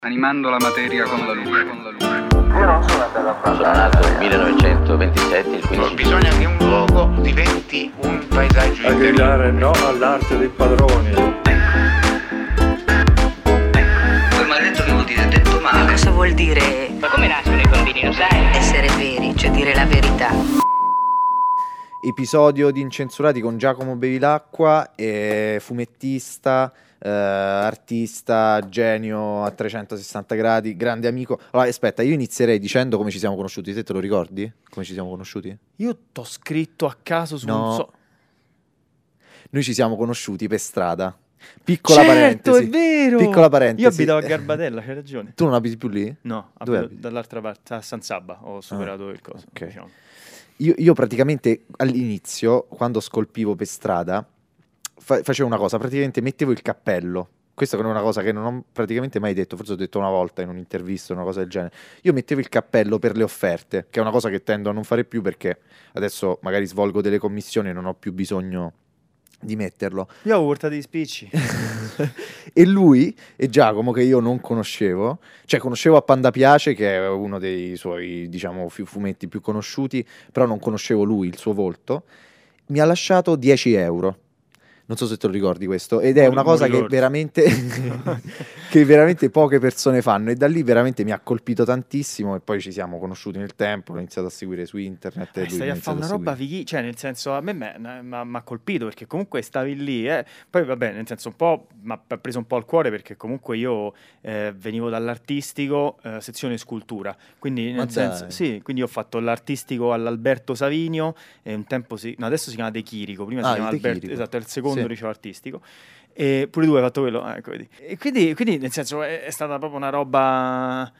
animando la materia con la luce. Io non sono andato a Baghdad. Sono nato nel 1927, il 15 Bisogna che un luogo diventi un paesaggio a gridare no all'arte dei padroni. Quel maledetto che vuol dire detto male. Cosa vuol dire? Ma come nascono i bambini, lo sai? Essere veri, cioè dire la verità. Episodio di Incensurati con Giacomo Bevilacqua, fumettista, artista, genio a 360 gradi, grande amico. Allora, aspetta, io inizierei dicendo come ci siamo conosciuti. Te lo ricordi? Come ci siamo conosciuti? Io t'ho scritto a caso su No. Noi ci siamo conosciuti per strada. Piccola Certo, parentesi. è vero! Piccola parentesi. Io abitavo a Garbatella, c'hai ragione. Tu non abiti più lì? No, Dove abito abiti? dall'altra parte, a San Sabba, ho superato il coso. ok. Diciamo. Io praticamente all'inizio, quando scolpivo per strada, facevo una cosa, praticamente mettevo il cappello. Questa è una cosa che non ho praticamente mai detto, forse ho detto una volta in un'intervista, una cosa del genere. Io mettevo il cappello per le offerte, che è una cosa che tendo a non fare più perché adesso magari svolgo delle commissioni e non ho più bisogno di metterlo. Io avevo portato gli spicci. E lui e Giacomo, che io non conoscevo, cioè conoscevo a Panda Piace, che è uno dei suoi, diciamo, fumetti più conosciuti, però non conoscevo lui, il suo volto, mi ha lasciato 10 euro. Non so se te lo ricordi questo, ed è una cosa che veramente, che veramente poche persone fanno, e da lì veramente mi ha colpito tantissimo, e poi ci siamo conosciuti nel tempo, l'ho iniziato a seguire su internet. E lui Stai mi ha a fare una iniziato roba fighi, cioè nel senso a me m'ha colpito perché comunque stavi lì, poi vabbè, nel senso un po' mi ha preso un po' al cuore perché comunque io venivo dall'artistico, sezione scultura, quindi nel senso, sì, quindi ho fatto l'artistico all'Alberto Savinio, e un tempo adesso si chiama De Chirico, prima si chiama De Alberto, Chirico. esatto, è il secondo Sì. liceo artistico. E pure tu hai fatto quello, ecco, vedi. E quindi nel senso è stata proprio una roba,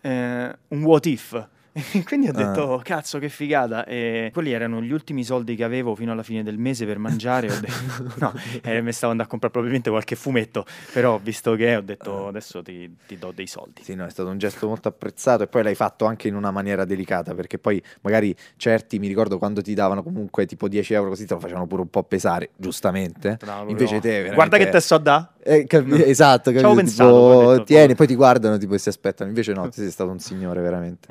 un what if. E quindi ho detto, cazzo, che figata. E quelli erano gli ultimi soldi che avevo fino alla fine del mese per mangiare. Ho detto, no, mi stavo andando a comprare probabilmente qualche fumetto, però visto che ho detto, adesso ti do dei soldi. Sì, no, è stato un gesto molto apprezzato, e poi l'hai fatto anche in una maniera delicata, perché poi magari certi, mi ricordo quando ti davano comunque tipo 10 euro così, te lo facevano pure un po' pesare, giustamente. No, Invece te veramente... guarda che te so da. Esatto, Ci avevo capito? pensato, Tipo, ho detto, tieni, poi ti guardano tipo e si aspettano. Invece no, te sei stato un signore veramente.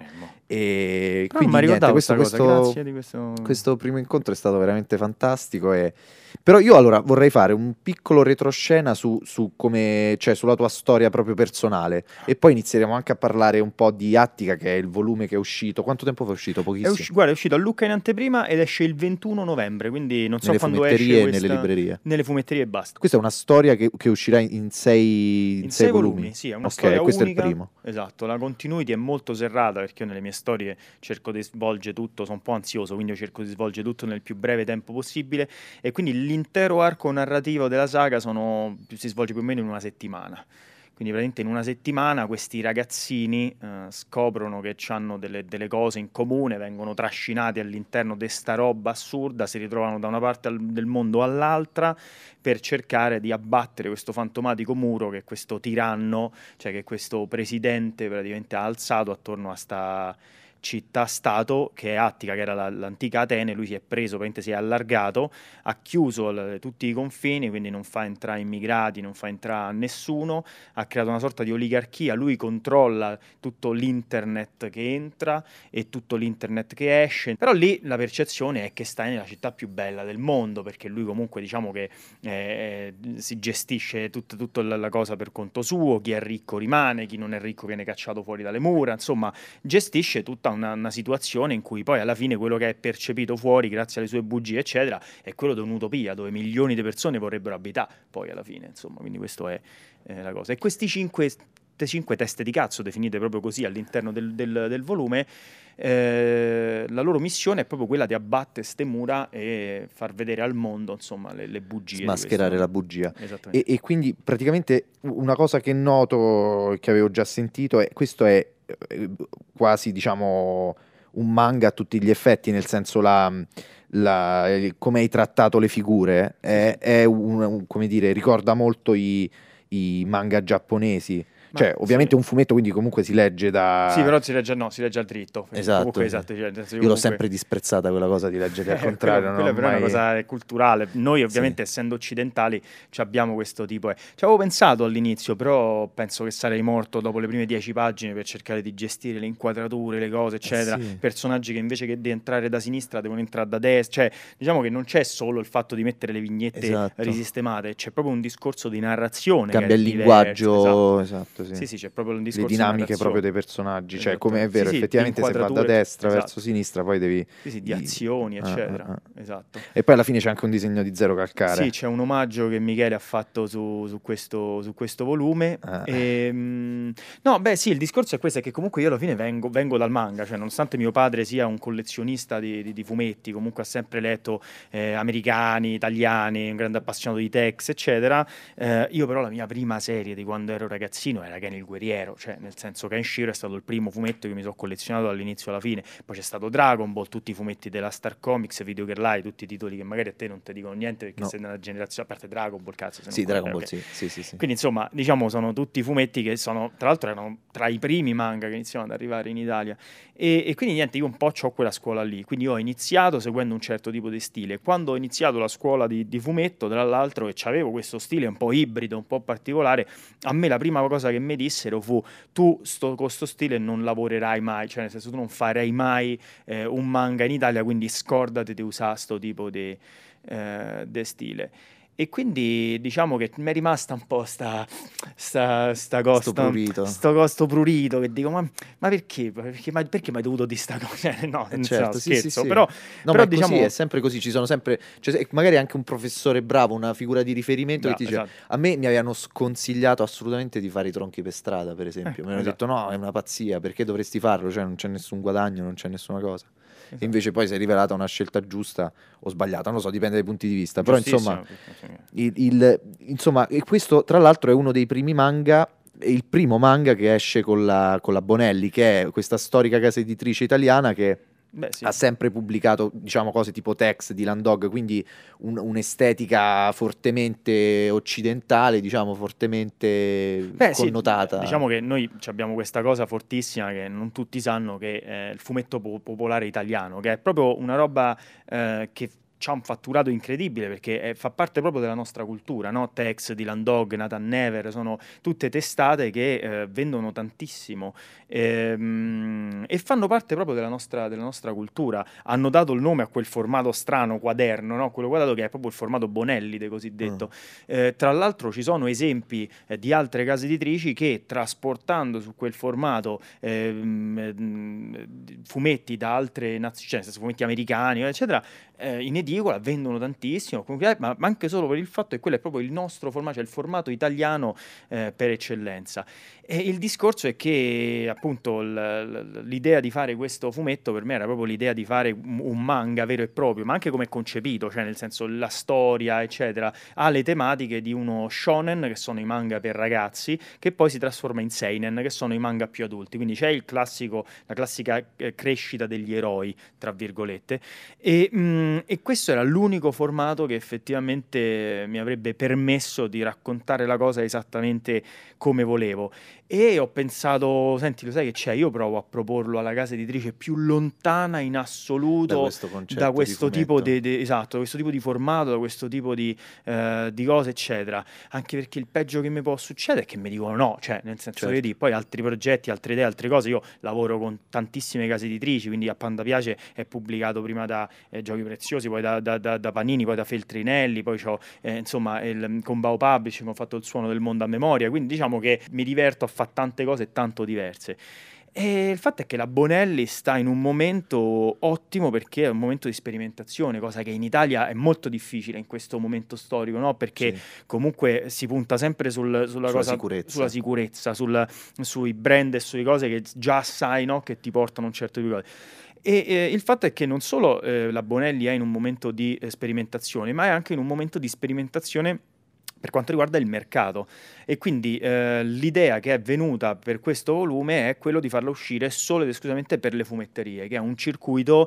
E Però non quindi mi niente, ricordavo questa cosa, grazie di questo primo incontro è stato veramente fantastico. Però io allora vorrei fare un piccolo retroscena su come, cioè sulla tua storia proprio personale, e poi inizieremo anche a parlare un po' di Attica, che è il volume che è uscito. Quanto tempo fa è uscito? Pochissimo. Guarda, è uscito a Lucca in anteprima ed esce il 21 novembre, quindi non so Nelle quando fumetterie esce e nelle librerie. Nelle fumetterie e basta. Questa è una storia che uscirà in sei volumi. Sì, è una Ok, storia questo unica. è il primo. Esatto, la continuity è molto serrata perché io nelle mie storie cerco di svolgere tutto, sono un po' ansioso, quindi io cerco di svolgere tutto nel più breve tempo possibile, e quindi l'intero arco narrativo della saga si svolge più o meno in una settimana. Quindi praticamente in una settimana questi ragazzini scoprono che hanno delle cose in comune, vengono trascinati all'interno di sta roba assurda, si ritrovano da una parte del mondo all'altra per cercare di abbattere questo fantomatico muro che questo tiranno, cioè che questo presidente praticamente ha alzato attorno a sta città-stato che è Attica, che era l'antica Atene. Lui si è preso, praticamente si è allargato, ha chiuso tutti i confini, quindi non fa entrare immigrati, non fa entrare nessuno, ha creato una sorta di oligarchia, lui controlla tutto l'internet che entra e tutto l'internet che esce, però lì la percezione è che stai nella città più bella del mondo, perché lui comunque diciamo che si gestisce tutta la cosa per conto suo, chi è ricco rimane, chi non è ricco viene cacciato fuori dalle mura, insomma gestisce tutta una situazione in cui poi alla fine quello che è percepito fuori grazie alle sue bugie eccetera è quello di un'utopia dove milioni di persone vorrebbero abitare poi alla fine, insomma, quindi questo è la cosa. E questi cinque teste di cazzo, definite proprio così all'interno del volume, la loro missione è proprio quella di abbattere ste mura e far vedere al mondo, insomma, le bugie, smascherare la bugia. Esattamente. E quindi praticamente una cosa che noto, che avevo già sentito, è questo è quasi, diciamo, un manga a tutti gli effetti, nel senso come hai trattato le figure è come dire, ricorda molto i manga giapponesi, Cioè, ovviamente è un fumetto, quindi comunque si legge da... Sì, però si legge al dritto. Esatto. Comunque, esatto, cioè, nel senso, Io l'ho sempre disprezzata quella cosa di leggere al contrario. quella non ho però è una mai- cosa culturale. Noi ovviamente essendo occidentali ci abbiamo questo tipo. Ci avevo pensato all'inizio, però penso che sarei morto dopo le prime 10 pagine per cercare di gestire le inquadrature, le cose, eccetera. sì. Personaggi che invece che di entrare da sinistra devono entrare da destra. Cioè, diciamo che non c'è solo il fatto di mettere le vignette Esatto. risistemate, c'è proprio un discorso di narrazione. Cambia che è il diverso, linguaggio, esatto, sì. Sì, c'è proprio un Le discorso di dinamiche narrazione. proprio dei personaggi, cioè Esatto. come è vero, Sì, effettivamente se va da inquadrature, destra esatto. verso sinistra poi devi... Sì, di azioni, eccetera. Esatto. E poi alla fine c'è anche un disegno di Zero Calcare. Sì, c'è un omaggio che Michele ha fatto su questo volume. No, beh, sì, il discorso è questo, è che comunque io alla fine vengo dal manga, cioè nonostante mio padre sia un collezionista di fumetti, comunque ha sempre letto americani, italiani, un grande appassionato di Tex, eccetera, io però la mia prima serie di quando ero ragazzino era Ken il Guerriero, cioè nel senso che Kenshiro è stato il primo fumetto che mi sono collezionato dall'inizio alla fine, poi c'è stato Dragon Ball, tutti i fumetti della Star Comics, Video Girl Eye, tutti i titoli che magari a te non ti dicono niente perché No. sei nella generazione, a parte Dragon Ball, cazzo. Se Sì, non Dragon Ball, ok. sì. Quindi insomma, diciamo, sono tutti fumetti che sono, tra l'altro erano tra i primi manga che iniziavano ad arrivare in Italia e quindi niente, io un po' ho quella scuola lì, quindi ho iniziato seguendo un certo tipo di stile. Quando ho iniziato la scuola di fumetto, tra l'altro, e c'avevo questo stile un po' ibrido, un po' particolare, a me la prima cosa che mi dissero fu: tu con sto stile non lavorerai mai, cioè nel senso tu non farai mai un manga in Italia, quindi scordati di usare sto tipo di stile. E quindi diciamo che mi è rimasta un po' sta cosa, Sto prurito. sto prurito, che dico, ma perché? Perché mi hai dovuto di sta cosa? No, non Certo, sì, scherzo, sì. però No, però ma è diciamo... così, è sempre così, ci sono sempre, cioè, magari anche un professore bravo, una figura di riferimento che ti dice, esatto. a me mi avevano sconsigliato assolutamente di fare i tronchi per strada, per esempio, mi hanno esatto. detto no, è una pazzia, perché dovresti farlo, cioè non c'è nessun guadagno, non c'è nessuna cosa. Esatto. E invece poi si è rivelata una scelta giusta o sbagliata, non lo so, dipende dai punti di vista, però insomma, insomma, e questo tra l'altro è uno dei primi manga, è il primo manga che esce con la Bonelli, che è questa storica casa editrice italiana che Sì. ha sempre pubblicato, diciamo, cose tipo Tex, Dylan Dog, quindi un'estetica fortemente occidentale, diciamo, fortemente connotata. Sì, diciamo che noi abbiamo questa cosa fortissima che non tutti sanno, che è il fumetto popolare italiano, che è proprio una roba che c'ha un fatturato incredibile perché fa parte proprio della nostra cultura, no? Tex, Dylan Dog, Nathan Never, sono tutte testate che vendono tantissimo e fanno parte proprio della nostra cultura. Hanno dato il nome a quel formato strano quaderno, no? Quello quadrato che è proprio il formato Bonelli, cosiddetto. Tra l'altro ci sono esempi di altre case editrici che, trasportando su quel formato fumetti da altre nazioni, cioè fumetti americani, eccetera, in edicola vendono tantissimo, ma anche solo per il fatto che quello è proprio il nostro formato, cioè il formato italiano per eccellenza. E il discorso è che appunto l'idea di fare questo fumetto per me era proprio l'idea di fare un manga vero e proprio, ma anche come è concepito, cioè nel senso la storia, eccetera, ha le tematiche di uno shonen, che sono i manga per ragazzi, che poi si trasforma in seinen, che sono i manga più adulti. Quindi c'è la classica crescita degli eroi, tra virgolette, e questo era l'unico formato che effettivamente mi avrebbe permesso di raccontare la cosa esattamente come volevo. E ho pensato, senti, lo sai che c'è? Io provo a proporlo alla casa editrice più lontana in assoluto da questo tipo esatto, da questo tipo di formato, da questo tipo di cose, eccetera. Anche perché il peggio che mi può succedere è che mi dicono no, cioè nel senso, Certo. vedi, poi altri progetti, altre idee, altre cose. Io lavoro con tantissime case editrici, quindi a Pandapiace è pubblicato prima da Giochi Preziosi, poi da Panini, poi da Feltrinelli, poi c'ho insomma con Bao Publishing ho fatto Il Suono del Mondo a memoria, quindi diciamo che mi diverto a fare tante cose tanto diverse. E il fatto è che la Bonelli sta in un momento ottimo perché è un momento di sperimentazione, cosa che in Italia è molto difficile in questo momento storico, no? Perché comunque si punta sempre sulla sicurezza, sui brand e sulle cose che già sai, no? Che ti portano un certo tipo di cose. E il fatto è che non solo la Bonelli è in un momento di sperimentazione, ma è anche in un momento di sperimentazione per quanto riguarda il mercato. E quindi l'idea che è venuta per questo volume è quello di farlo uscire solo ed esclusivamente per le fumetterie, che è un circuito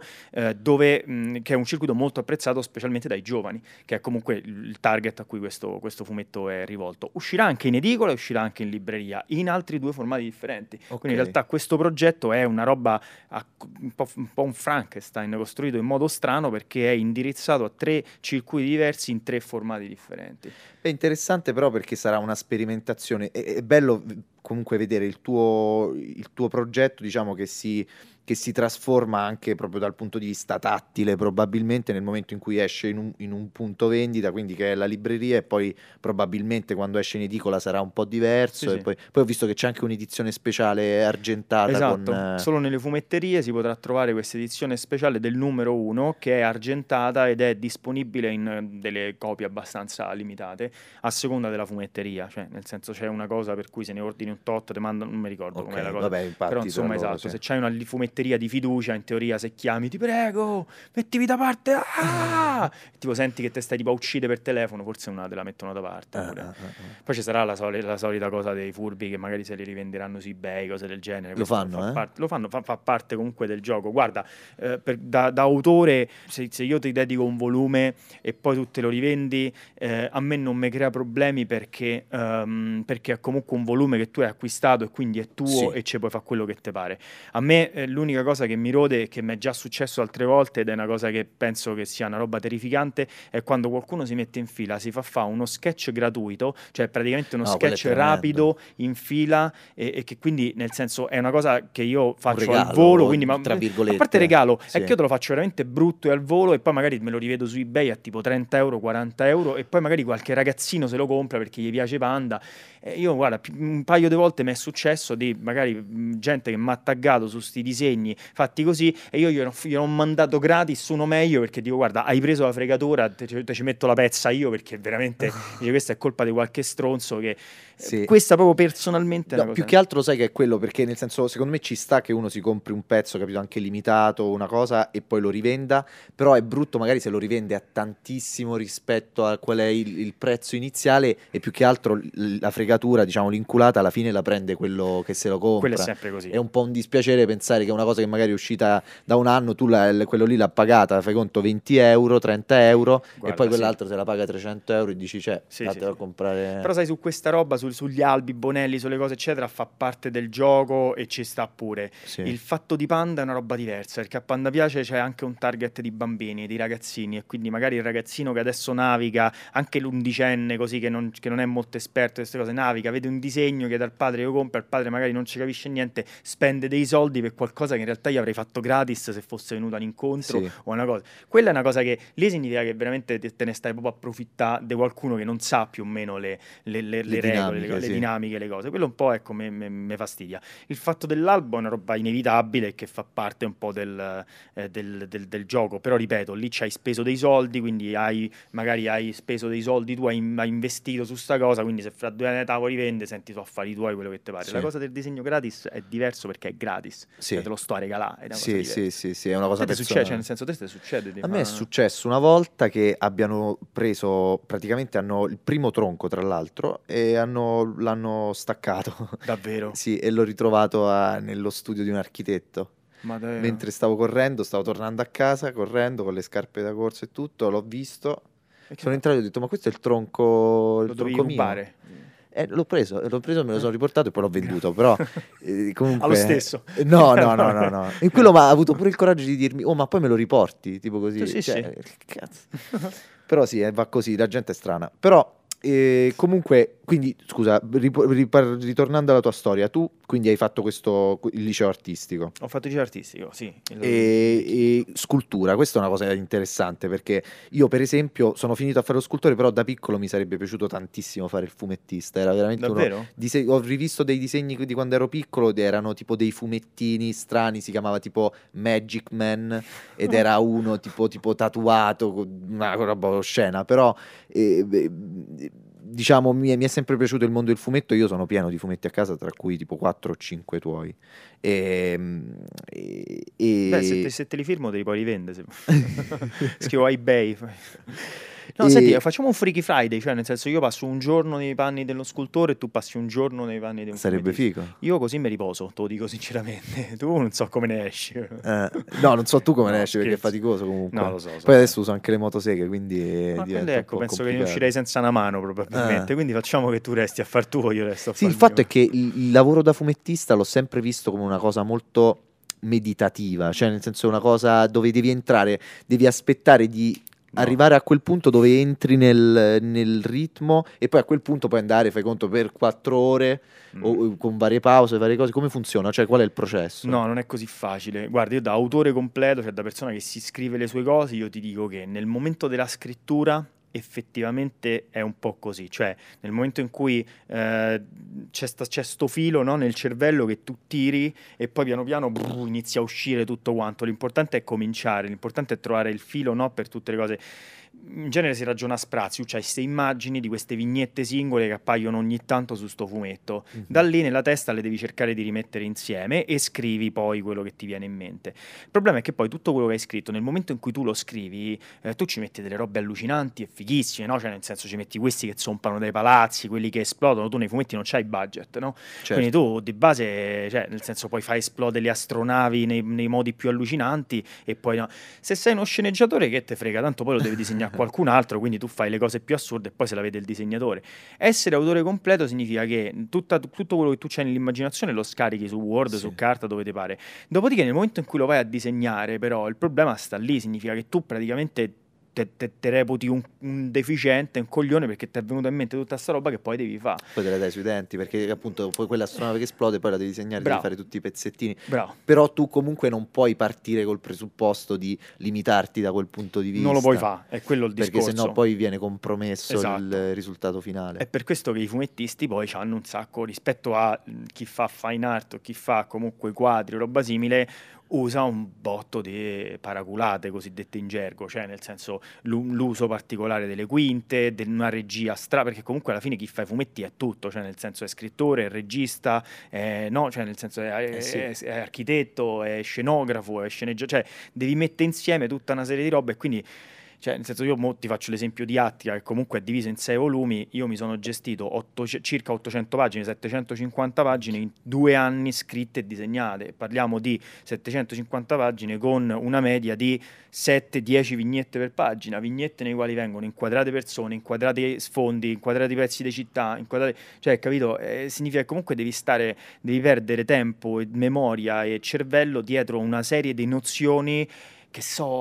che è un circuito molto apprezzato specialmente dai giovani, che è comunque il target a cui questo fumetto è rivolto. Uscirà anche in edicola e uscirà anche in libreria, in altri 2 formati differenti. Quindi in realtà questo progetto è una roba un po' un Frankenstein costruito in modo strano, perché è indirizzato a 3 circuiti diversi in 3 formati differenti. È interessante però perché sarà una sperimentazione. È bello comunque vedere il tuo progetto, diciamo, che si trasforma anche proprio dal punto di vista tattile, probabilmente nel momento in cui esce in un punto vendita, quindi che è la libreria, e poi probabilmente quando esce in edicola sarà un po' diverso. Sì, e sì. Poi ho visto che c'è anche un'edizione speciale argentata. Esatto, solo nelle fumetterie si potrà trovare questa edizione speciale del numero 1, che è argentata ed è disponibile in delle copie abbastanza limitate a seconda della fumetteria, cioè nel senso c'è una cosa per cui se ne ordini un tot te mandano, non mi ricordo com'è la cosa, vabbè, infatti, però insomma tra loro, esatto, sì. se c'hai una fumetteria di fiducia, in teoria se chiami ti prego mettivi da parte, tipo senti che te stai tipo a uccidere per telefono, forse una te la mettono da parte pure. Poi ci sarà la solita cosa dei furbi che magari se li rivenderanno su eBay, cose del genere. Lo fanno, fa parte comunque del gioco. Guarda, da autore, se io ti dedico un volume e poi tu te lo rivendi, a me non mi crea problemi, perché è comunque un volume che tu hai acquistato e quindi è tuo, Sì. e ci puoi fare quello che ti pare. A me l'unica cosa che mi rode, che mi è già successo altre volte, ed è una cosa che penso che sia una roba terrificante, è quando qualcuno si mette in fila, si fa uno sketch gratuito, cioè praticamente uno quello è sketch rapido in fila, e che quindi nel senso è una cosa che io faccio regalo, al volo, quindi tra virgolette. a parte regalo, Sì. è che io te lo faccio veramente brutto e al volo, e poi magari me lo rivedo su eBay a tipo 30 euro, 40 euro, e poi magari qualche ragazzino se lo compra perché gli piace Panda. Io guarda, un paio di volte mi è successo di magari gente che mi ha taggato su sti disegni fatti così, e io gli ho mandato gratis uno meglio, perché dico guarda, hai preso la fregatura, te ci metto la pezza io, perché veramente dice, questa è colpa di qualche stronzo che Sì. questa proprio personalmente è No, una più cosa. che altro sai che è quello, perché nel senso, secondo me ci sta che uno si compri un pezzo, capito, anche limitato, una cosa, e poi lo rivenda, però è brutto magari se lo rivende a tantissimo rispetto a qual è il prezzo iniziale, e più che altro la fregatura, diciamo, l'inculata alla fine la prende quello che se lo compra. Quello è sempre così. È un po' un dispiacere pensare che una cosa che magari è uscita da un anno, tu quello lì l'ha pagata, fai conto 20 euro, 30 euro, e Guarda, poi sì. quell'altro se la paga 300 euro e dici, Sì, vattene sì. a comprare... Però sai, su questa roba, sugli albi, Bonelli, sulle cose eccetera, fa parte del gioco e ci sta pure. Sì. Il fatto di Panda è una roba diversa, perché a Panda Piace c'è anche un target di bambini, di ragazzini, e quindi magari il ragazzino che adesso naviga, anche l'undicenne così che non è molto esperto di queste cose, naviga, vede un disegno che dal padre lo compra, il padre magari non ci capisce niente, spende dei soldi per qualcosa che in realtà gli avrei fatto gratis se fosse venuto all'incontro, Sì. o una cosa. Quella è una cosa che lì significa che veramente te ne stai proprio approfittare di qualcuno che non sa più o meno le regole, dinamiche, le sì. dinamiche, le cose. Quello un po', ecco, mi fastidia. Il fatto dell'albo è una roba inevitabile che fa parte un po' del gioco, però ripeto, lì ci hai speso dei soldi, quindi magari hai speso dei soldi, tu hai investito su sta cosa, quindi se fra 2 anni la rivende, senti tu affari tuoi, quello che ti pare. Sì. La cosa del disegno gratis è diverso perché è gratis, Sì. cioè te lo sto a regalare, è una cosa Sì, diversa. sì, è una cosa Te succede, cioè, nel senso, te succede A me è successo una volta che abbiano preso, praticamente hanno il primo tronco tra l'altro, e l'hanno staccato. davvero. Sì, e l'ho ritrovato nello studio di un architetto. Ma davvero? Mentre stavo tornando a casa, correndo con le scarpe da corsa e tutto, l'ho visto, E che sono entrato e ho detto, ma questo è il tronco, lo dovevi tronco mio. rubare? L'ho preso, me lo sono riportato e poi l'ho venduto, però comunque... Allo stesso? No. In quello ha avuto pure il coraggio di dirmi, oh, ma poi me lo riporti, tipo così. Sì, Cioè, sì. che cazzo. Però sì, va così, la gente è strana. Però comunque, quindi scusa, ritornando alla tua storia, tu quindi hai fatto il liceo artistico. Ho fatto il liceo artistico, sì. E scultura, questa è una cosa interessante, perché io per esempio sono finito a fare lo scultore, però da piccolo mi sarebbe piaciuto tantissimo fare il fumettista, era veramente Davvero? ho rivisto dei disegni di quando ero piccolo, erano tipo dei fumettini strani, si chiamava tipo Magic Man, ed era uno tipo tatuato, una roba oscena, però diciamo mi è sempre piaciuto il mondo del fumetto. Io sono pieno di fumetti a casa, tra cui tipo 4 o 5 tuoi. Beh, se te li firmo te li puoi rivendere. Scrivo a eBay. No, E- senti, facciamo un Freaky Friday, cioè nel senso io passo un giorno nei panni dello scultore e tu passi un giorno nei panni di un Sarebbe fumettista. figo. Io così mi riposo, te lo dico sinceramente. Tu non so come ne esci. No, non so tu come No, ne esci perché è scherzo. faticoso comunque. No, lo so. Poi adesso uso anche le motoseghe, quindi Ma diventa quindi un ecco, po' penso che ne complicato. uscirei senza una mano probabilmente. Quindi facciamo che tu resti a far tuo, io resto a Sì, far il fatto mio. è che il lavoro da fumettista l'ho sempre visto come una cosa molto meditativa, cioè nel senso è una cosa dove devi entrare, devi aspettare di arrivare a quel punto dove entri nel ritmo e poi a quel punto puoi andare, fai conto, per 4 ore o con varie pause, varie cose. Come funziona? Cioè qual è il processo? No, non è così facile. Guarda, io da autore completo, cioè da persona che si scrive le sue cose, io ti dico che nel momento della scrittura effettivamente è un po' così, cioè nel momento in cui c'è sto filo, no, nel cervello che tu tiri e poi piano piano inizia a uscire tutto quanto. L'importante è cominciare, l'importante è trovare il filo, no, per tutte le cose. In genere si ragiona a sprazzi, tu c'hai queste immagini di queste vignette singole che appaiono ogni tanto su sto fumetto. Da lì nella testa le devi cercare di rimettere insieme e scrivi poi quello che ti viene in mente. Il problema è che poi tutto quello che hai scritto, nel momento in cui tu lo scrivi, tu ci metti delle robe allucinanti e fighissime, no? Cioè nel senso ci metti questi che zompano dai palazzi, quelli che esplodono, tu nei fumetti non c'hai budget, no? Certo. Quindi tu di base, cioè nel senso poi fai esplodere le astronavi nei modi più allucinanti e poi no. Se sei uno sceneggiatore che te frega, tanto poi lo devi disegnare qualcun altro, quindi tu fai le cose più assurde e poi se la vede il disegnatore. Essere autore completo significa che tutto quello che tu c'hai nell'immaginazione lo scarichi su Word, Sì. su carta, dove ti pare. Dopodiché nel momento in cui lo vai a disegnare, però, il problema sta lì, significa che tu praticamente te reputi un deficiente, un coglione, perché ti è venuta in mente tutta sta roba che poi devi fare. Poi te la dai sui denti perché appunto poi quell'astronave che esplode poi la devi disegnare, Bravo. devi fare tutti i pezzettini. Bravo. Però tu comunque non puoi partire col presupposto di limitarti da quel punto di vista. Non lo puoi fare, è quello il discorso. Perché sennò poi viene compromesso Esatto. il risultato finale. È per questo che i fumettisti poi hanno un sacco, rispetto a chi fa fine art o chi fa comunque quadri o roba simile, usa un botto di paraculate cosiddette in gergo, cioè nel senso l'uso particolare delle quinte, di una regia perché comunque alla fine chi fa i fumetti è tutto, cioè nel senso è scrittore, è regista, no, cioè nel senso Sì. è architetto, è scenografo, è sceneggiatore, cioè devi mettere insieme tutta una serie di robe e quindi... Cioè, nel senso, io ti faccio l'esempio di Attica, che comunque è diviso in 6 volumi. Io mi sono gestito circa 800 pagine, 750 pagine in 2 anni scritte e disegnate. Parliamo di 750 pagine con una media di 7-10 vignette per pagina, vignette nei quali vengono inquadrate persone, inquadrati sfondi, inquadrati pezzi di città, cioè, capito? Significa che comunque devi perdere tempo, e memoria e cervello dietro una serie di nozioni che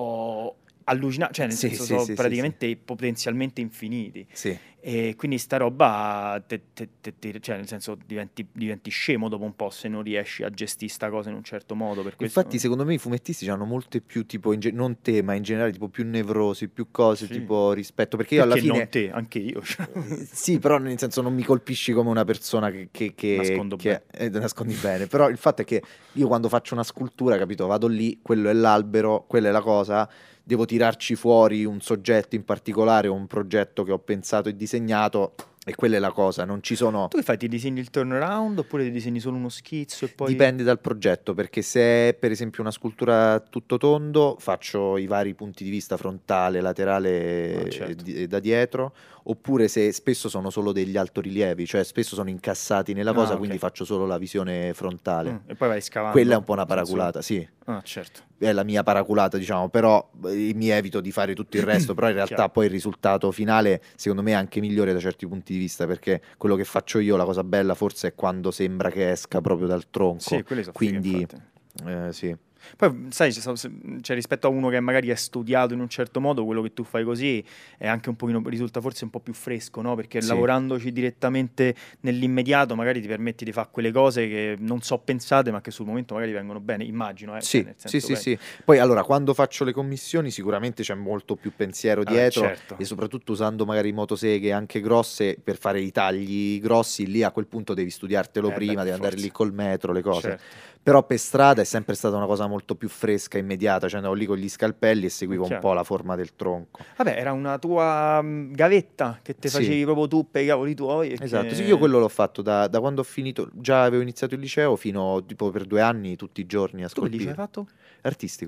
so allucinanti, cioè nel Sì, senso sì, sono sì, praticamente potenzialmente infiniti. Sì. E quindi sta roba, cioè nel senso diventi scemo dopo un po' se non riesci a gestire sta cosa in un certo modo. Per questo... Infatti secondo me i fumettisti hanno molte più tipo, non te, ma in generale tipo più nevrosi, più cose, Sì. tipo rispetto, perché io alla Perché fine... non te, anche io. Cioè. Sì, però nel senso non mi colpisci come una persona che Nascondo nascondi bene, però il fatto è che io quando faccio una scultura, capito, vado lì, quello è l'albero, quella è la cosa, devo tirarci fuori un soggetto in particolare o un progetto che ho pensato e disegnato e quella è la cosa, non ci sono... Tu che fai? Ti disegni il turnaround oppure ti disegni solo uno schizzo e poi... Dipende dal progetto, perché se è per esempio una scultura tutto tondo, faccio i vari punti di vista frontale, laterale certo. da dietro, oppure se spesso sono solo degli altorilievi, cioè spesso sono incassati nella cosa, ok. quindi faccio solo la visione frontale. E poi vai scavando. Quella è un po' una nel senso- paraculata, sì. Ah, certo. È la mia paraculata, diciamo, però mi evito di fare tutto il resto, però in realtà Chiaro. poi il risultato finale secondo me è anche migliore da certi punti di vista, perché quello che faccio io, la cosa bella forse è quando sembra che esca proprio dal tronco, Sì, quelli sono fighe, quindi infatti. sì. Poi, sai, cioè, rispetto a uno che magari è studiato in un certo modo, quello che tu fai così è anche un pochino, risulta forse un po' più fresco, no? Perché Sì. lavorandoci direttamente nell'immediato magari ti permetti di fare quelle cose che non so pensate, ma che sul momento magari vengono bene, immagino, Sì, cioè, nel sì, senso, sì, beh, sì. Poi allora quando faccio le commissioni sicuramente c'è molto più pensiero dietro certo. e soprattutto usando magari motoseghe anche grosse per fare i tagli grossi, lì a quel punto devi studiartelo prima, beh, devi andare forza. lì col metro, le cose. Certo. Però per strada è sempre stata una cosa molto più fresca, immediata, cioè andavo lì con gli scalpelli e seguivo un Chiaro. po' la forma del tronco. Vabbè, era una tua gavetta che te Sì. facevi proprio tu per i cavoli tuoi. E Esatto, che- sì, io quello l'ho fatto da quando ho finito, già avevo iniziato il liceo fino tipo per 2 anni tutti i giorni a Tu che liceo scolpire. hai fatto? Artistico.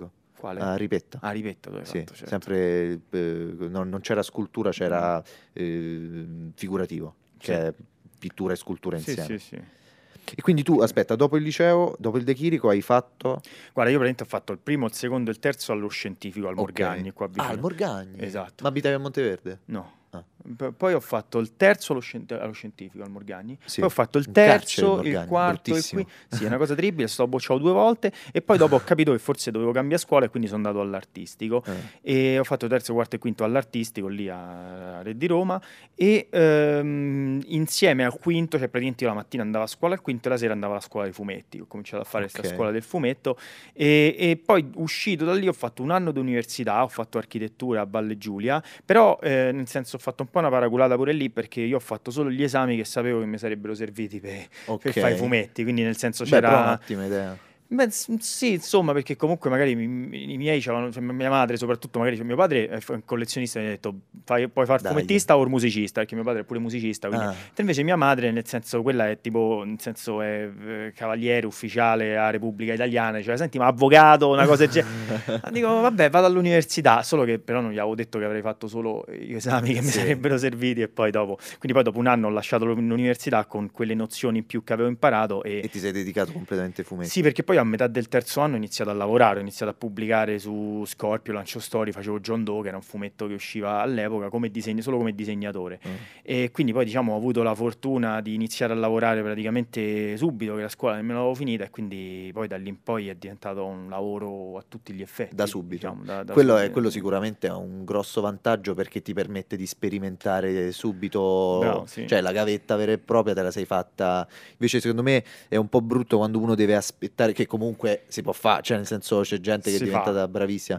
Quale? A Ripetta. Ah, Ripetta dove hai Sì, fatto, certo. sempre non c'era scultura, c'era figurativo, Sì. che è pittura e scultura Sì, insieme. sì, sì. E quindi tu, aspetta, dopo il liceo, dopo il De Chirico hai fatto... Guarda, io praticamente ho fatto il primo, il secondo e il terzo allo scientifico, al Ok. Morgagni, qua vicino. al Morgagni. Esatto. Ma abitavi a Monteverde? No. Ah. Poi ho fatto il terzo allo scientifico, al Morgagni. Sì. Poi ho fatto il Un carcere, terzo, il il Morgagni, quarto e il bruttissimo. quinto. Sì, è una cosa terribile, sto bocciato 2 volte e poi dopo ho capito che forse dovevo cambiare scuola e quindi sono andato all'artistico. E ho fatto terzo, quarto e quinto all'artistico lì a Re di Roma e insieme al quinto, cioè praticamente io la mattina andavo a scuola al quinto e la sera andavo alla scuola dei fumetti. Ho cominciato a fare questa Ok. scuola del fumetto e poi uscito da lì ho fatto un anno di università, ho fatto architettura a Valle Giulia, però nel senso ho fatto un po' una paraculata pure lì perché io ho fatto solo gli esami che sapevo che mi sarebbero serviti per Ok. fare i fumetti, quindi nel senso Beh, c'era... però un'ottima idea. Beh, sì, insomma, perché comunque magari i miei c'avevano, cioè, mia madre soprattutto, magari mio padre è un collezionista e mi ha detto puoi fare Dai. fumettista o il musicista, perché mio padre è pure musicista, quindi... Ah. E invece mia madre, nel senso, quella è tipo, nel senso è cavaliere ufficiale a Repubblica Italiana, cioè senti, ma avvocato, una cosa del genere. Dico, vabbè, vado all'università, solo che però non gli avevo detto che avrei fatto solo gli esami che mi Sì. sarebbero serviti e poi dopo un anno ho lasciato l'università con quelle nozioni in più che avevo imparato E ti sei dedicato completamente ai fumetti. sì, perché poi a metà del terzo anno ho iniziato a lavorare, ho iniziato a pubblicare su Scorpio, Lancio Story, facevo John Doe, che era un fumetto che usciva all'epoca solo come disegnatore. E quindi poi diciamo ho avuto la fortuna di iniziare a lavorare praticamente subito, che la scuola nemmeno l'avevo finita, e quindi poi da lì in poi è diventato un lavoro a tutti gli effetti. Da subito. diciamo, da Quello subito. sicuramente è un grosso vantaggio perché ti permette di sperimentare subito, Bravo, sì. cioè la gavetta vera e propria te la sei fatta. Invece secondo me è un po' brutto quando uno deve aspettare, che comunque si può fare, cioè nel senso c'è gente che è Si diventata fa. bravissima.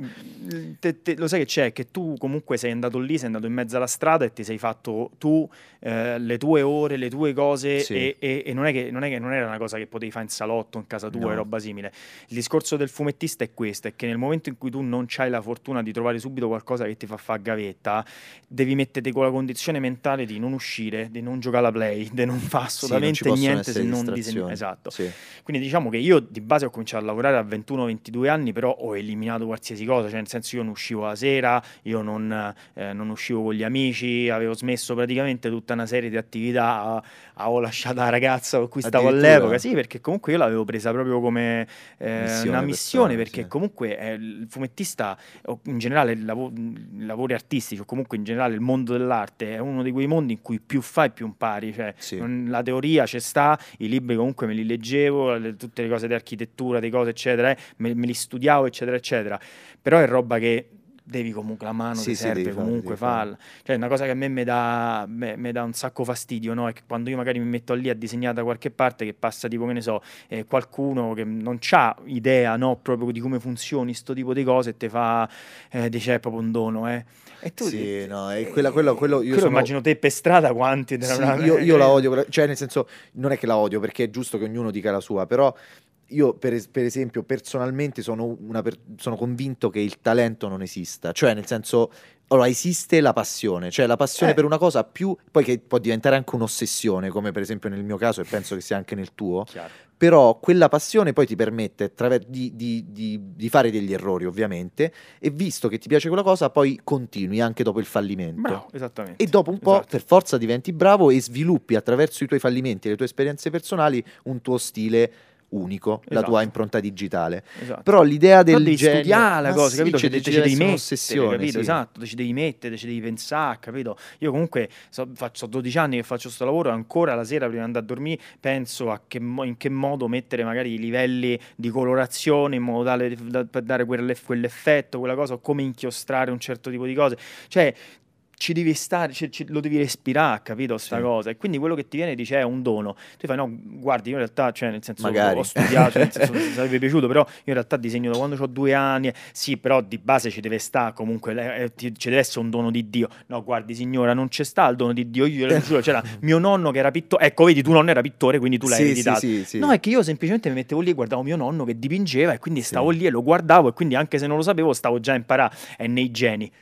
Lo sai che c'è? Che tu comunque sei andato lì, sei andato in mezzo alla strada e ti sei fatto tu le tue ore, le tue cose Sì. e non era una cosa che potevi fare in salotto, in casa tua No. e roba simile. Il discorso del fumettista è questo, è che nel momento in cui tu non c'hai la fortuna di trovare subito qualcosa che ti fa fare gavetta, devi metterti con la condizione mentale di non uscire, di non giocare alla play, di non fare Sì, non ci assolutamente possono niente se essere non distrazioni. disegnare. Esatto. Sì. Quindi diciamo che io di base ho cominciato a lavorare a 21-22 anni, però ho eliminato qualsiasi cosa, cioè nel senso io non uscivo la sera, io non uscivo con gli amici, avevo smesso praticamente tutta una serie di attività, avevo lasciato la ragazza con cui stavo Addirittura? all'epoca, sì, perché comunque io l'avevo presa proprio come una missione, personale, perché sì. comunque il fumettista, o in generale i lavori artistici, o comunque in generale il mondo dell'arte, è uno di quei mondi in cui più fai più impari, cioè Sì. la teoria c'è sta, i libri comunque me li leggevo, tutte le cose di architettura, di cose eccetera, me li studiavo eccetera eccetera, però è roba che devi comunque, la mano Sì, ti sì, serve devi fare, comunque devi fare. farla, cioè una cosa che a me mi dà un sacco fastidio, no? È che quando io magari mi metto lì a disegnare da qualche parte, che passa tipo, che ne so, qualcuno che non c'ha idea, no, proprio di come funzioni sto tipo di cose e te fa dice è proprio un dono, e tu Sì, no, è quello io sono... immagino te per strada quanti Sì, io la odio, cioè nel senso, non è che la odio perché è giusto che ognuno dica la sua, però io per esempio personalmente sono convinto che il talento non esista, cioè nel senso, allora esiste la passione, cioè la passione per una cosa più, poi che può diventare anche un'ossessione, come per esempio nel mio caso e penso che sia anche nel tuo, Chiaro. però quella passione poi ti permette di fare degli errori ovviamente, e visto che ti piace quella cosa poi continui anche dopo il fallimento. Bravo, esattamente. E dopo un po' Esatto. per forza diventi bravo e sviluppi attraverso i tuoi fallimenti e le tue esperienze personali un tuo stile unico, la Esatto. tua impronta digitale. Esatto. Però l'idea Però del devi genio, studiare la ma cosa, sì, capito? cioè, Ci ci devi deve essere mettere, un'ossessione, capito? sì. Esatto, ci devi mettere, ci devi pensare, capito? Io comunque faccio 12 anni che faccio sto lavoro e ancora la sera prima di andare a dormire penso a in che modo mettere magari i livelli di colorazione in modo tale per dare quell'effetto, quella cosa, o come inchiostrare un certo tipo di cose. Cioè ci devi stare, lo devi respirare, capito, sta Sì. cosa, e quindi quello che ti viene e dice è un dono, tu fai no, guardi, io in realtà, cioè nel senso Magari. ho studiato, cioè, nel senso, mi sarebbe piaciuto, però io in realtà disegno da quando ho 2 anni, sì, però di base ci deve stare comunque, ci deve essere un dono di Dio. No, guardi signora, non c'è sta il dono di Dio, io glielo giuro, c'era mio nonno che era pittore, ecco vedi, tu nonno era pittore, quindi tu l'hai Sì, ereditato. sì. No, è che io semplicemente mi mettevo lì e guardavo mio nonno che dipingeva e quindi stavo lì e lo guardavo, e quindi anche se non lo sapevo stavo già a imparare, è nei geni.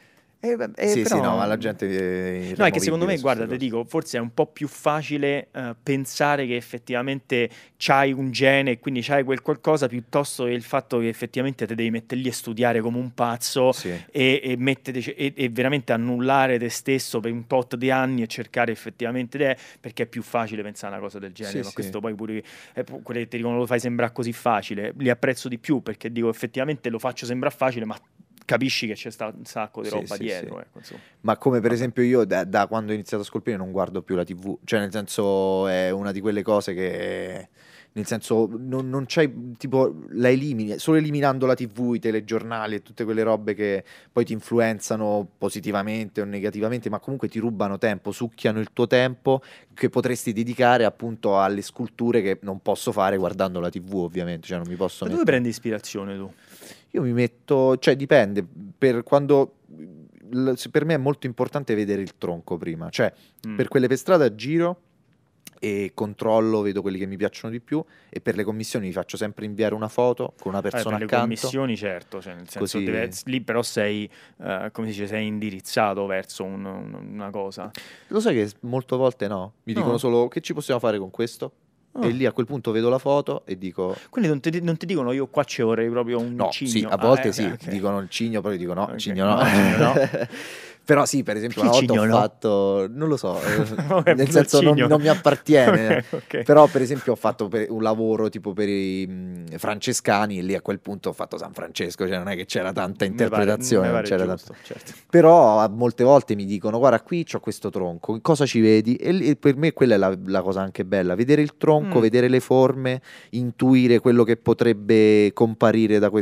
Sì, però... no, ma la gente No, è che secondo me, irremovibile su guarda, queste ti dico, forse è un po' più facile pensare che effettivamente c'hai un gene e quindi c'hai quel qualcosa, piuttosto che il fatto che effettivamente te devi mettere lì e studiare come un pazzo cose. Sì. e veramente annullare te stesso per un tot di anni e cercare effettivamente perché è più facile pensare a una cosa del genere. Sì, Ma sì. questo poi pure quelli che ti dicono lo fai sembrare così facile, li apprezzo di più perché dico effettivamente lo faccio sembrare facile, ma capisci che c'è un sacco di Sì, roba sì, dietro, sì. ecco, insomma. Ma come per Vabbè. esempio io da quando ho iniziato a scolpire non guardo più la TV, cioè nel senso è una di quelle cose che, nel senso non c'hai, tipo la elimini, solo eliminando la TV, i telegiornali e tutte quelle robe che poi ti influenzano positivamente o negativamente, ma comunque ti rubano tempo, succhiano il tuo tempo che potresti dedicare appunto alle sculture che non posso fare guardando la TV, ovviamente, cioè non mi posso Da dove mettere. prendi ispirazione tu? Io mi metto, cioè dipende, per quando per me è molto importante vedere il tronco prima, cioè per quelle per strada giro e controllo, vedo quelli che mi piacciono di più e per le commissioni mi faccio sempre inviare una foto con una persona Per le accanto. commissioni, certo, cioè nel senso Così- lì però sei, come si dice, sei indirizzato verso una cosa. Lo sai che molte volte no, mi No? dicono solo che ci possiamo fare con questo Ah. e lì a quel punto vedo la foto e dico Quindi non ti dicono io qua ci vorrei proprio un no, cigno. sì, a volte sì, ok. dicono il cigno, poi dico no, Ok, cigno no. no, cigno no. Però sì, per esempio Perché una volta ho cigno no? fatto, non lo so, Vabbè, nel il senso cigno. non mi appartiene, Ok. però per esempio ho fatto un lavoro tipo per i francescani e lì a quel punto ho fatto San Francesco, cioè non è che c'era tanta interpretazione, Mi non pare c'era giusto, tanta- certo. Però molte volte mi dicono guarda qui c'ho questo tronco, cosa ci vedi? E per me quella è la cosa anche bella, vedere il tronco, vedere le forme, intuire quello che potrebbe comparire da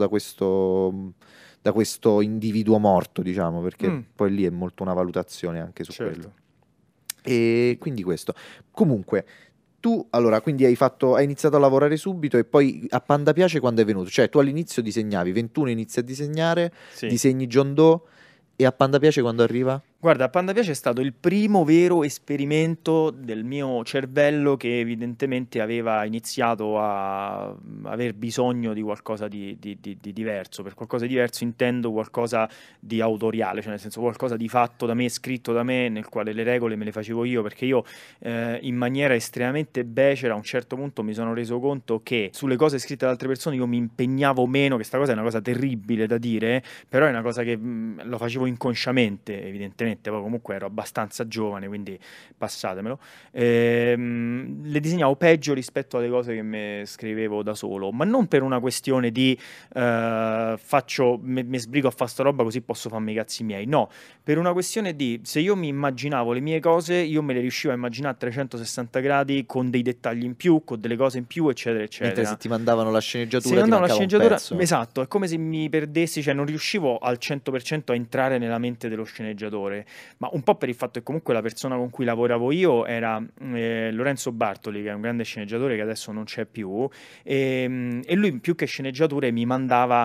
questo individuo morto, diciamo, perché poi lì è molto una valutazione anche su Certo. quello. E quindi questo. Comunque, tu allora, quindi hai iniziato a lavorare subito e poi a Panda Piace quando è venuto? Cioè, tu all'inizio disegnavi, 21 inizi a disegnare, Sì. disegni John Doe e a Panda Piace quando arriva? Guarda, Panda Piace è stato il primo vero esperimento del mio cervello che evidentemente aveva iniziato a aver bisogno di qualcosa di diverso. Per qualcosa di diverso intendo qualcosa di autoriale, cioè nel senso qualcosa di fatto da me, scritto da me, nel quale le regole me le facevo io, perché io in maniera estremamente becera a un certo punto mi sono reso conto che sulle cose scritte da altre persone io mi impegnavo meno, che sta cosa è una cosa terribile da dire, però è una cosa che lo facevo inconsciamente, evidentemente. Poi comunque ero abbastanza giovane, quindi passatemelo. Le disegnavo peggio rispetto alle cose che mi scrivevo da solo, ma non per una questione di mi sbrigo a fare sta roba così posso farmi i cazzi miei, no, per una questione di se io mi immaginavo le mie cose, io me le riuscivo a immaginare a 360 gradi con dei dettagli in più, con delle cose in più, eccetera, eccetera. Mentre se ti mandavano la Se sceneggiatura mi ti mandavano la mancava un sceneggiatura, pezzo. esatto, è come se mi perdessi, cioè non riuscivo al 100% a entrare nella mente dello sceneggiatore, ma un po' per il fatto che comunque la persona con cui lavoravo io era Lorenzo Bartoli, che è un grande sceneggiatore che adesso non c'è più, e lui più che sceneggiature mi mandava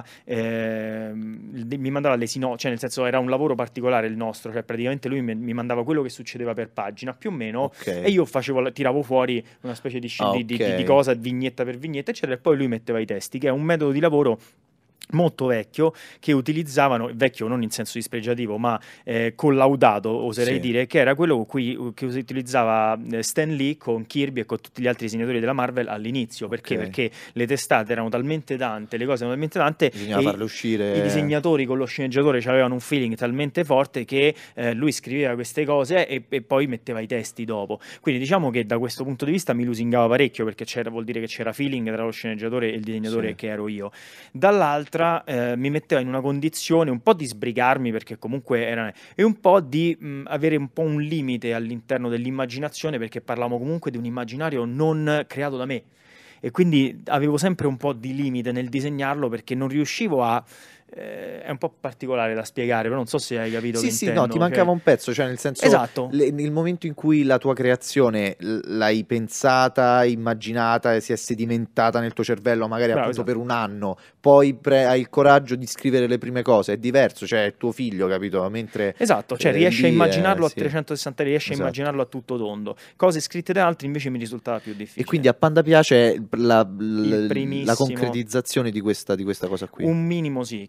le sinopsi, cioè nel senso era un lavoro particolare il nostro, cioè praticamente lui mi mandava quello che succedeva per pagina più o meno, Ok. e io tiravo fuori una specie di Ok. cosa vignetta per vignetta eccetera, e poi lui metteva i testi, che è un metodo di lavoro molto vecchio che utilizzavano, vecchio non in senso dispregiativo ma collaudato oserei Sì. dire, che era quello che utilizzava Stan Lee con Kirby e con tutti gli altri disegnatori della Marvel all'inizio. Perché? Ok. Perché le testate erano talmente tante, le cose erano talmente tante Bisognava e farle uscire. i disegnatori con lo sceneggiatore avevano un feeling talmente forte che lui scriveva queste cose e poi metteva i testi dopo. Quindi diciamo che da questo punto di vista mi lusingava parecchio, perché vuol dire che c'era feeling tra lo sceneggiatore e il disegnatore, Sì. che ero io. Dall'altra mi metteva in una condizione un po' di sbrigarmi, perché comunque era, e un po' di avere un po' un limite all'interno dell'immaginazione, perché parlavamo comunque di un immaginario non creato da me, e quindi avevo sempre un po' di limite nel disegnarlo, perché non riuscivo a è un po' particolare da spiegare, però non so se hai capito Sì, che sì, intendo, no, ti mancava un pezzo, cioè nel senso, Esatto. Nel momento in cui la tua creazione l'hai pensata, immaginata e si è sedimentata nel tuo cervello, magari Bravo, appunto esatto. per un anno, poi hai il coraggio di scrivere le prime cose, è diverso, cioè è tuo figlio, capito? Mentre Esatto, cioè riesci a lì, immaginarlo a sì. 360, riesci Esatto. a immaginarlo a tutto tondo. Cose scritte da altri invece mi risultava più difficile. E quindi a Panda Piace la primissimo- concretizzazione di questa cosa qui. Un minimo sì,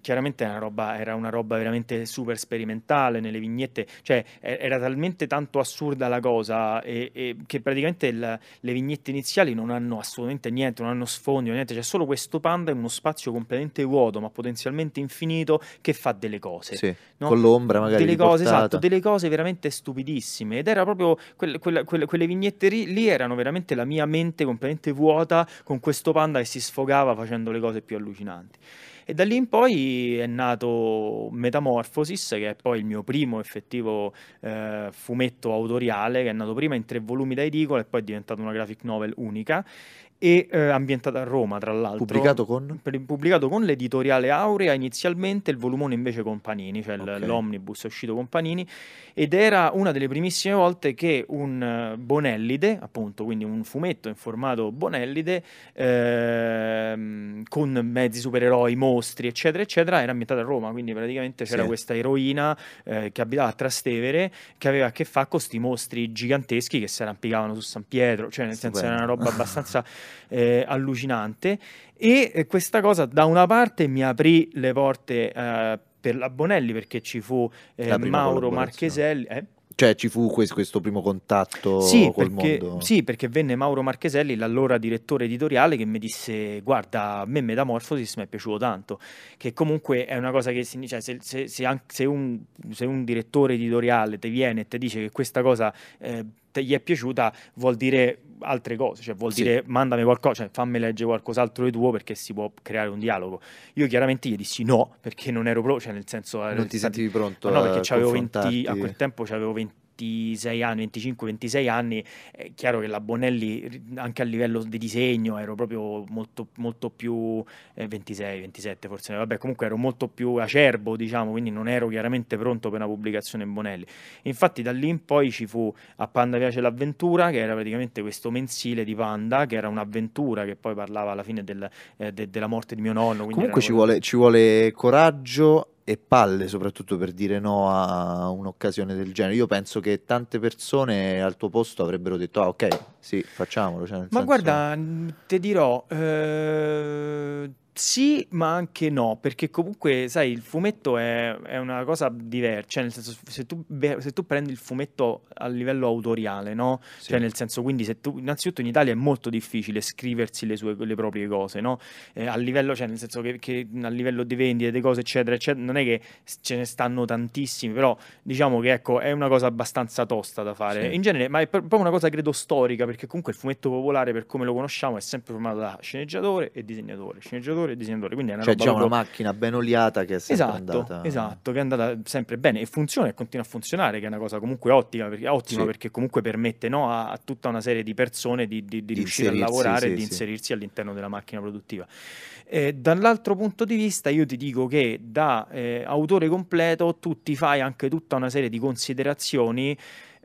chiaramente era una roba veramente super sperimentale nelle vignette, cioè era talmente tanto assurda la cosa che praticamente le vignette iniziali non hanno assolutamente niente, non hanno sfondi, niente, c'è solo questo panda in uno spazio completamente vuoto ma potenzialmente infinito che fa delle cose, Sì, no? con l'ombra magari Delle cose, riportata. esatto, delle cose veramente stupidissime, ed era proprio quelle vignette lì erano veramente la mia mente completamente vuota con questo panda che si sfogava facendo le cose più allucinanti. E da lì in poi è nato Metamorphosis, che è poi il mio primo effettivo fumetto autoriale, che è nato prima in 3 volumi da edicola e poi è diventato una graphic novel unica, e ambientata a Roma, tra l'altro. Pubblicato con l'editoriale Aurea inizialmente, il volumone invece con Panini, cioè l'omnibus è uscito con Panini, ed era una delle primissime volte che un Bonellide, appunto, quindi un fumetto in formato Bonellide, con mezzi supereroi, mostri, eccetera, eccetera, era ambientato a Roma, quindi praticamente c'era questa eroina che abitava a Trastevere, che aveva a che fare con questi mostri giganteschi che si arrampicavano su San Pietro, cioè nel senso era una roba abbastanza allucinante, e questa cosa da una parte mi aprì le porte per la Bonelli, perché ci fu Mauro Marcheselli. Cioè ci fu questo primo contatto col mondo. Sì, perché venne Mauro Marcheselli, l'allora direttore editoriale, che mi disse: guarda, a me Metamorphosis mi è piaciuto tanto, che comunque è una cosa che cioè, se un direttore editoriale ti viene e ti dice che questa cosa gli è piaciuta, vuol dire altre cose, cioè vuol dire mandami qualcosa, cioè fammi leggere qualcos'altro di tuo, perché si può creare un dialogo. Io chiaramente gli dissi no, perché non ero proprio, cioè nel senso non ti sentivi pronto, no, perché a quel tempo c'avevo 26 anni, 25-26 anni, è chiaro che la Bonelli anche a livello di disegno ero proprio molto più 26-27 forse, vabbè, comunque ero molto più acerbo, diciamo, quindi non ero chiaramente pronto per una pubblicazione in Bonelli. Infatti da lì in poi ci fu A Panda piace l'avventura, che era praticamente questo mensile di Panda, che era un'avventura che poi parlava alla fine della morte di mio nonno. Comunque ci vuole coraggio e palle, soprattutto per dire no a un'occasione del genere. Io penso che tante persone al tuo posto avrebbero detto ok, sì, facciamolo, cioè, ma guarda, ti dirò sì, ma anche no, perché comunque, sai, il fumetto è una cosa diversa, cioè nel senso, se tu prendi il fumetto a livello autoriale, no? Sì. Cioè nel senso, quindi innanzitutto in Italia è molto difficile scriversi le proprie cose, no? A livello, cioè nel senso che a livello di vendite, di cose, eccetera, eccetera, non è che ce ne stanno tantissimi, però diciamo che ecco, è una cosa abbastanza tosta da fare. In genere, ma è proprio una cosa credo storica, perché comunque il fumetto popolare, per come lo conosciamo, è sempre formato da sceneggiatore e disegnatore, quindi è una roba una macchina ben oliata che è sempre andata. Esatto, che è andata sempre bene e funziona e continua a funzionare, che è una cosa comunque ottima, perché comunque permette, no, a tutta una serie di persone di riuscire a lavorare e di inserirsi all'interno della macchina produttiva. Dall'altro punto di vista io ti dico che da autore completo tu ti fai anche tutta una serie di considerazioni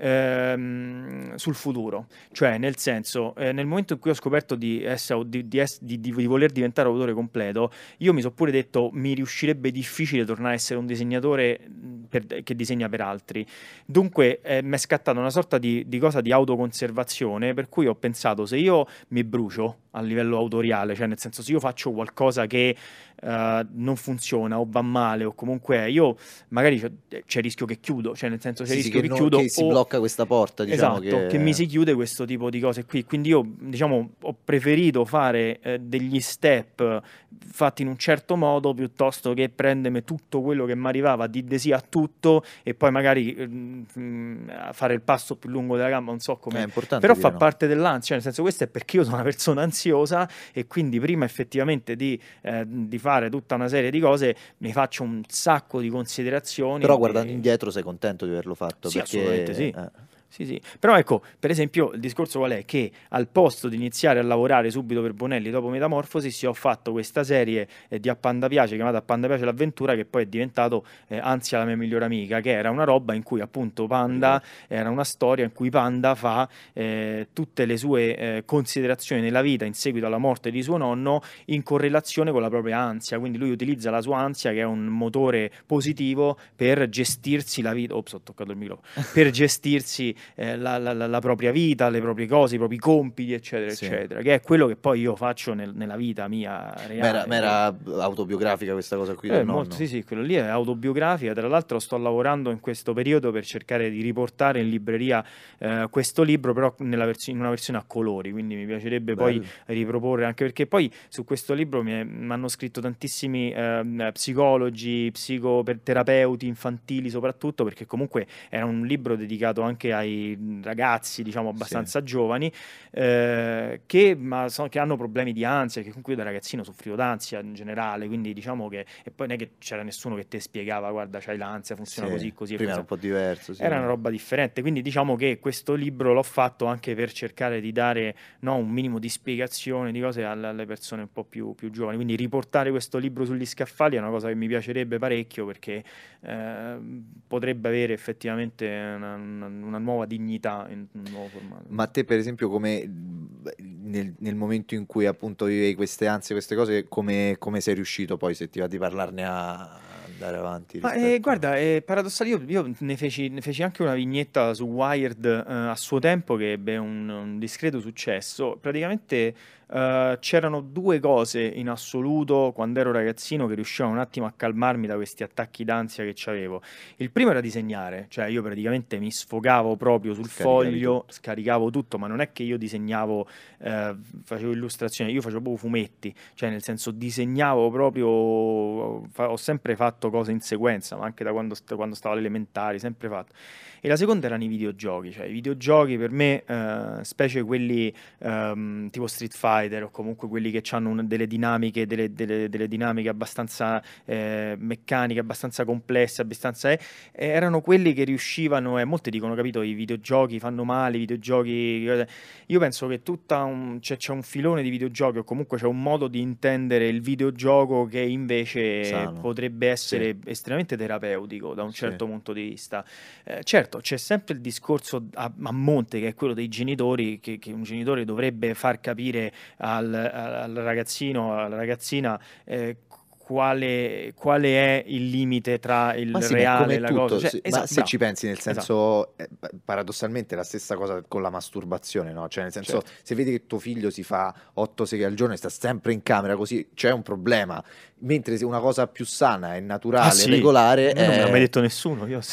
sul futuro, cioè nel senso, nel momento in cui ho scoperto di voler diventare autore completo, io mi sono pure detto mi riuscirebbe difficile tornare a essere un disegnatore che disegna per altri, dunque mi è scattata una sorta di cosa di autoconservazione, per cui ho pensato, se io mi brucio a livello autoriale, cioè nel senso, se io faccio qualcosa che non funziona o va male, o comunque io magari c'è il rischio che chiudo, cioè nel senso c'è il rischio che chiudo, che si blocca questa porta, diciamo, esatto, che mi si chiude questo tipo di cose qui, quindi io diciamo ho preferito fare degli step fatti in un certo modo piuttosto che prendermi tutto quello che mi arrivava di sì a tutto e poi magari fare il passo più lungo della gamba, non so come, però fa parte dell'ansia, nel senso, questo è perché io sono una persona ansiosa e quindi prima effettivamente di fare tutta una serie di cose mi faccio un sacco di considerazioni. Però guardando indietro sei contento di averlo fatto? Sì, perché assolutamente sì. Sì. Però ecco, per esempio, il discorso qual è? Che al posto di iniziare a lavorare subito per Bonelli dopo Metamorphosis, ho fatto questa serie di A Panda piace, chiamata A Panda piace l'avventura, che poi è diventato Ansia la mia migliore amica, che era una roba in cui appunto Panda, era una storia in cui Panda fa tutte le sue considerazioni nella vita in seguito alla morte di suo nonno in correlazione con la propria ansia, quindi lui utilizza la sua ansia, che è un motore positivo, per gestirsi la vita. Ops, ho toccato il microfono. Per gestirsi la propria vita, le proprie cose, i propri compiti, eccetera, Sì. eccetera, che è quello che poi io faccio nella vita mia reale. Ma era autobiografica questa cosa qui del nonno? Sì, quello lì è autobiografica. Tra l'altro sto lavorando in questo periodo per cercare di riportare in libreria questo libro, però in una versione a colori, quindi mi piacerebbe poi Bello. riproporre, anche perché poi su questo libro mi hanno scritto tantissimi psicologi, psicoterapeuti infantili soprattutto, perché comunque era un libro dedicato anche ai ragazzi, diciamo, abbastanza giovani, che hanno problemi di ansia, che comunque io da ragazzino soffrivo d'ansia in generale, quindi diciamo che, e poi non è che c'era nessuno che ti spiegava, guarda, c'hai l'ansia, funziona Sì, così e prima così. era un po' diverso, sì. Era una roba differente, quindi diciamo che questo libro l'ho fatto anche per cercare di dare, no, un minimo di spiegazione di cose alle persone un po' più giovani, quindi riportare questo libro sugli scaffali è una cosa che mi piacerebbe parecchio, perché potrebbe avere effettivamente una nuova dignità in un nuovo formato. Ma te, per esempio, come nel momento in cui appunto vivevi queste ansie, queste cose, come sei riuscito poi, se ti va di parlarne, a andare avanti? Guarda, è paradossale, io ne feci anche una vignetta su Wired a suo tempo, che ebbe un discreto successo. Praticamente c'erano due cose in assoluto quando ero ragazzino che riuscivano un attimo a calmarmi da questi attacchi d'ansia che c'avevo. Il primo era disegnare, cioè io praticamente mi sfogavo proprio sul foglio, scaricavo tutto, ma non è che io disegnavo, facevo illustrazioni, io facevo proprio fumetti, cioè nel senso disegnavo proprio, ho sempre fatto cose in sequenza, ma anche da quando stavo alle elementari, sempre fatto. E la seconda erano i videogiochi, cioè i videogiochi per me, specie quelli tipo Street Fighter, o comunque quelli che hanno delle dinamiche abbastanza meccaniche, abbastanza complesse, erano quelli che riuscivano, e molti dicono, capito, i videogiochi fanno male, i videogiochi. Io penso che c'è un filone di videogiochi, o comunque c'è un modo di intendere il videogioco che invece Sano. potrebbe essere estremamente terapeutico da un certo punto di vista. Certo, c'è sempre il discorso a monte, che è quello dei genitori, che un genitore dovrebbe far capire al ragazzino, alla ragazzina, quale è il limite tra il reale e la cosa. Cioè, ma se ci pensi, nel senso, paradossalmente è la stessa cosa con la masturbazione, no? Cioè, nel senso, se vedi che tuo figlio si fa 8 seghe al giorno e sta sempre in camera così, c'è un problema. Mentre se una cosa più sana e naturale, regolare, non me l'ha mai detto nessuno, io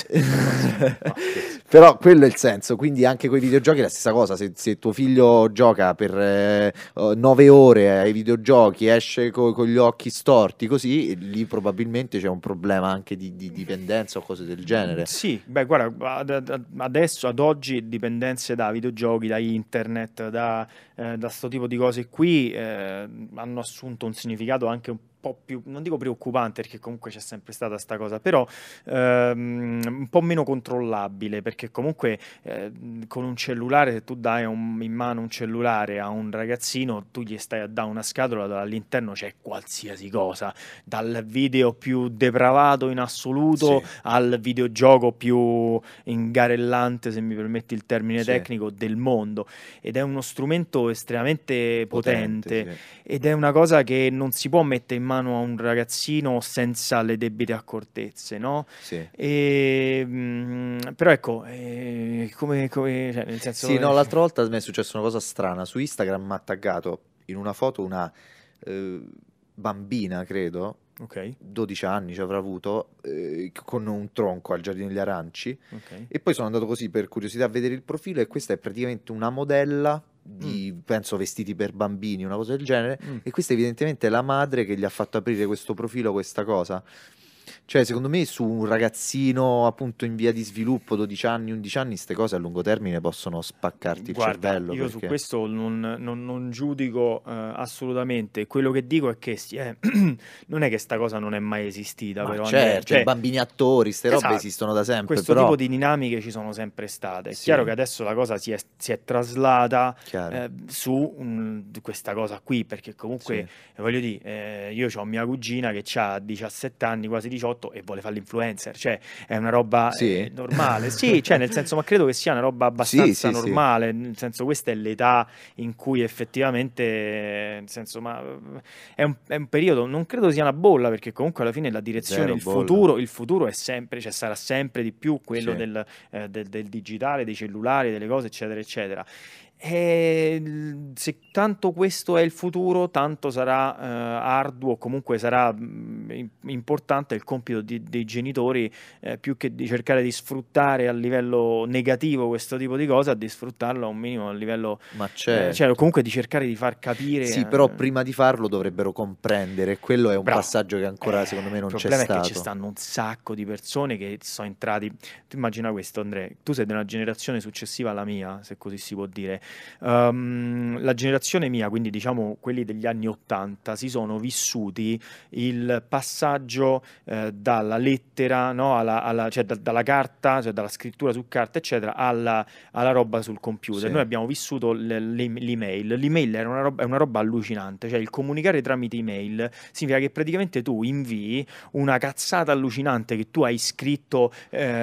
però quello è il senso. Quindi anche con i videogiochi è la stessa cosa. Se tuo figlio gioca per 9 ore ai videogiochi, esce con gli occhi storti così, lì probabilmente c'è un problema anche di dipendenza o cose del genere. Sì, beh, guarda, adesso, ad oggi, dipendenze da videogiochi, da internet, da sto tipo di cose qui, hanno assunto un significato anche un po' più, non dico preoccupante, perché comunque c'è sempre stata sta cosa, però un po' meno controllabile, perché comunque con un cellulare, se tu dai in mano un cellulare a un ragazzino, tu gli stai a dare una scatola dove all'interno c'è qualsiasi cosa, dal video più depravato in assoluto al videogioco più ingarellante, se mi permetti il termine tecnico, del mondo, ed è uno strumento estremamente potente. Ed è una cosa che non si può mettere in mano a un ragazzino senza le debite accortezze, no? Però ecco, cioè, nel senso, sì, no, l'altra volta a me è successa una cosa strana. Su Instagram mi ha taggato in una foto una bambina, credo, 12 anni ci avrà avuto, con un tronco al Giardino degli Aranci, e poi sono andato così per curiosità a vedere il profilo, e questa è praticamente una modella di, penso, vestiti per bambini, una cosa del genere, e questa evidentemente è la madre che gli ha fatto aprire questo profilo, questa cosa. Cioè, secondo me, su un ragazzino appunto in via di sviluppo, 12 anni, 11 anni, queste cose a lungo termine possono spaccarti il cervello. Io su questo non giudico assolutamente. Quello che dico è che non è che sta cosa non è mai esistita. Ma però, certo, cioè, i bambini attori, ste robe esistono da sempre. Questo però tipo di dinamiche ci sono sempre state. È chiaro che adesso la cosa si è traslata su questa cosa qui, perché comunque, voglio dire, io ho mia cugina che ha 17 anni, quasi 18, 18 e vuole fare l'influencer, cioè è una roba Sì. normale, sì, cioè nel senso, ma credo che sia una roba abbastanza sì. normale, nel senso questa è l'età in cui effettivamente, nel senso, ma è un periodo, non credo sia una bolla, perché comunque alla fine la direzione, Zero il futuro è sempre, cioè sarà sempre di più quello Sì. del digitale, dei cellulari, delle cose, eccetera, eccetera. E se tanto questo è il futuro, tanto sarà arduo, comunque sarà importante il compito dei genitori, più che di cercare di sfruttare a livello negativo questo tipo di cosa, di sfruttarlo a un minimo a livello, Ma certo. cioè comunque di cercare di far capire. Sì, però prima di farlo dovrebbero comprendere, e quello è un Bravo. passaggio che ancora secondo me non Il c'è problema è che stato. ci stanno un sacco di persone che sono entrati. Tu immagina questo, Andrea, tu sei di una generazione successiva alla mia, se così si può dire. La generazione mia, quindi diciamo quelli degli anni 80, si sono vissuti il passaggio dalla lettera, no, cioè dalla carta, cioè dalla scrittura su carta, eccetera, alla roba sul computer. Sì. Noi abbiamo vissuto l'email. L'email è una roba allucinante, cioè il comunicare tramite email significa che praticamente tu invii una cazzata allucinante che tu hai scritto,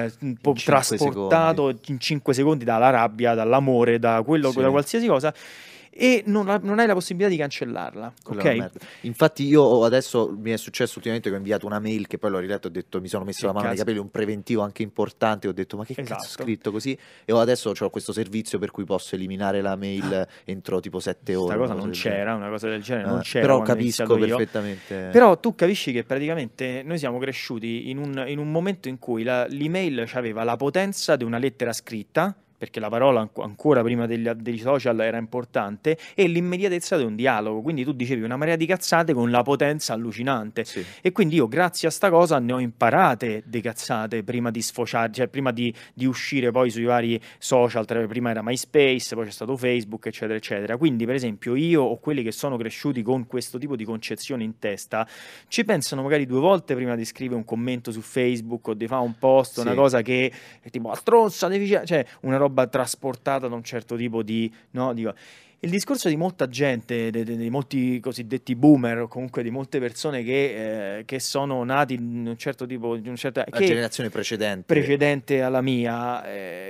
trasportato in 5 secondi dalla rabbia, dall'amore, da quello, Sì. da qualsiasi cosa, e non hai la possibilità di cancellarla, Quella è una ok? merda. Infatti io adesso mi è successo ultimamente che ho inviato una mail che poi l'ho riletto, ho detto, mi sono messo Che la mano nei cazzo. capelli, un preventivo anche importante, ho detto ma che cazzo ho Esatto. scritto così, e adesso ho questo servizio per cui posso eliminare la mail entro tipo 7 ore. Questa cosa una non del genere. c'era, una cosa del genere non c'era Però quando ho capisco iniziato io. perfettamente. Però tu capisci che praticamente noi siamo cresciuti in un momento in cui l'email aveva la potenza di una lettera scritta, perché la parola ancora prima dei social era importante, e l'immediatezza di un dialogo, quindi tu dicevi una marea di cazzate con la potenza allucinante. Sì. E quindi io grazie a sta cosa ne ho imparate di cazzate prima di sfociare, cioè prima di uscire poi sui vari social, prima era MySpace, poi c'è stato Facebook, eccetera, eccetera. Quindi per esempio io o quelli che sono cresciuti con questo tipo di concezione in testa ci pensano magari 2 volte prima di scrivere un commento su Facebook o di fare un post, Sì. una cosa che è tipo stronza, cioè una roba trasportata da un certo tipo di, no, dico. Il discorso di molta gente, di molti cosiddetti boomer, o comunque di molte persone che sono nati in un certo tipo, di un certo, La generazione precedente alla mia,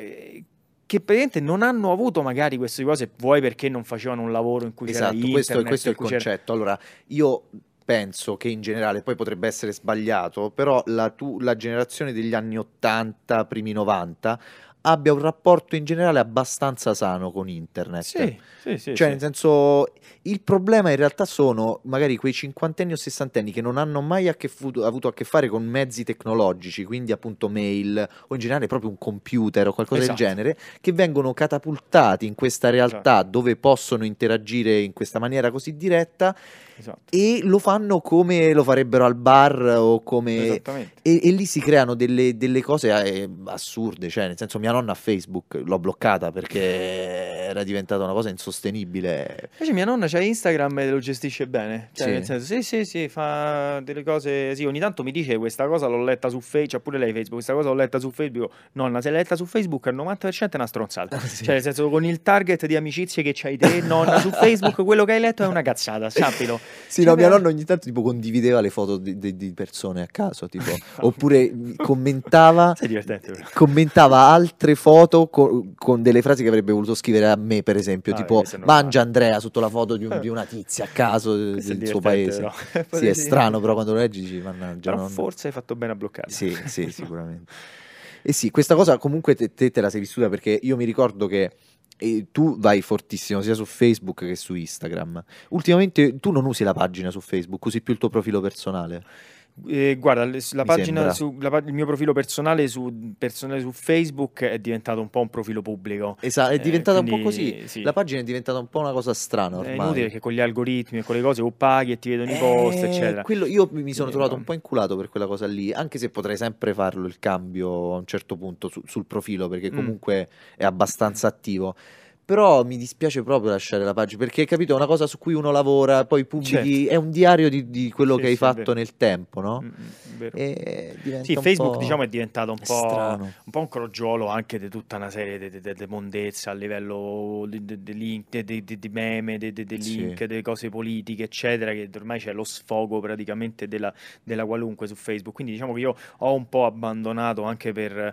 che praticamente non hanno avuto magari queste cose, vuoi perché non facevano un lavoro in cui c'era Esatto, internet, questo è il in cui c'era- concetto. Allora, io penso che in generale, poi potrebbe essere sbagliato, però la generazione degli anni 80, primi 90, abbia un rapporto in generale abbastanza sano con internet. Sì, Cioè, sì. nel senso, il problema in realtà sono magari quei cinquantenni o sessantenni che non hanno mai avuto a che fare con mezzi tecnologici, quindi appunto mail o in generale proprio un computer o qualcosa Esatto. del genere, che vengono catapultati in questa realtà dove possono interagire in questa maniera così diretta Esatto. e lo fanno come lo farebbero al bar o come... Esattamente. E lì si creano delle cose assurde, cioè nel senso mia nonna a Facebook l'ho bloccata perché era diventata una cosa insostenibile. Invece mia nonna c'ha Instagram e lo gestisce bene, cioè Sì. nel senso sì, fa delle cose, sì, ogni tanto mi dice questa cosa l'ho letta su Facebook, c'ha pure lei Facebook, questa cosa l'ho letta su Facebook, nonna se l'hai letta su Facebook al 90% è una stronzata, Sì. cioè nel senso con il target di amicizie che c'hai te, nonna, su Facebook quello che hai letto è una cazzata, sappilo. Sì, no, mia nonna ogni tanto tipo condivideva le foto di persone a caso, tipo, oppure commentava Sei divertente però. commentava altre foto con delle frasi che avrebbe voluto scrivere a me, per esempio, Vabbè, tipo questo è normale. mangia Andrea sotto la foto di una tizia a caso Questo è del suo divertente, paese. però. Sì, è strano, però quando lo leggi dici, mannaggia, Però nonna. forse hai fatto bene a bloccarla. Sì, sì, sicuramente. E sì, questa cosa comunque te la sei vissuta, perché io mi ricordo che tu vai fortissimo sia su Facebook che su Instagram. Ultimamente tu non usi la pagina su Facebook, usi più il tuo profilo personale. Guarda, la pagina sembra. il mio profilo personale su Facebook è diventato un po' un profilo pubblico. Esatto, è diventata un po' Quindi, così. sì. La pagina è diventata un po' una cosa strana È ormai. inutile che con gli algoritmi e con le cose o paghi e ti vedono i post, eccetera. Io mi sono Quindi, trovato no. un po' inculato per quella cosa lì, anche se potrei sempre farlo il cambio a un certo punto sul profilo, perché comunque è abbastanza attivo. Però mi dispiace proprio lasciare la pagina, perché capito, è una cosa su cui uno lavora, poi pubblichi, è un diario di quello Sì, che hai sì, è fatto vero. nel tempo, no? Vero. E diventa Sì, un Facebook po' diciamo è diventato un strano. po' un crogiolo anche di tutta una serie di mondezze a livello di link, di meme, di Sì. link, di cose politiche, eccetera, che ormai c'è lo sfogo praticamente della qualunque su Facebook. Quindi diciamo che io ho un po' abbandonato anche per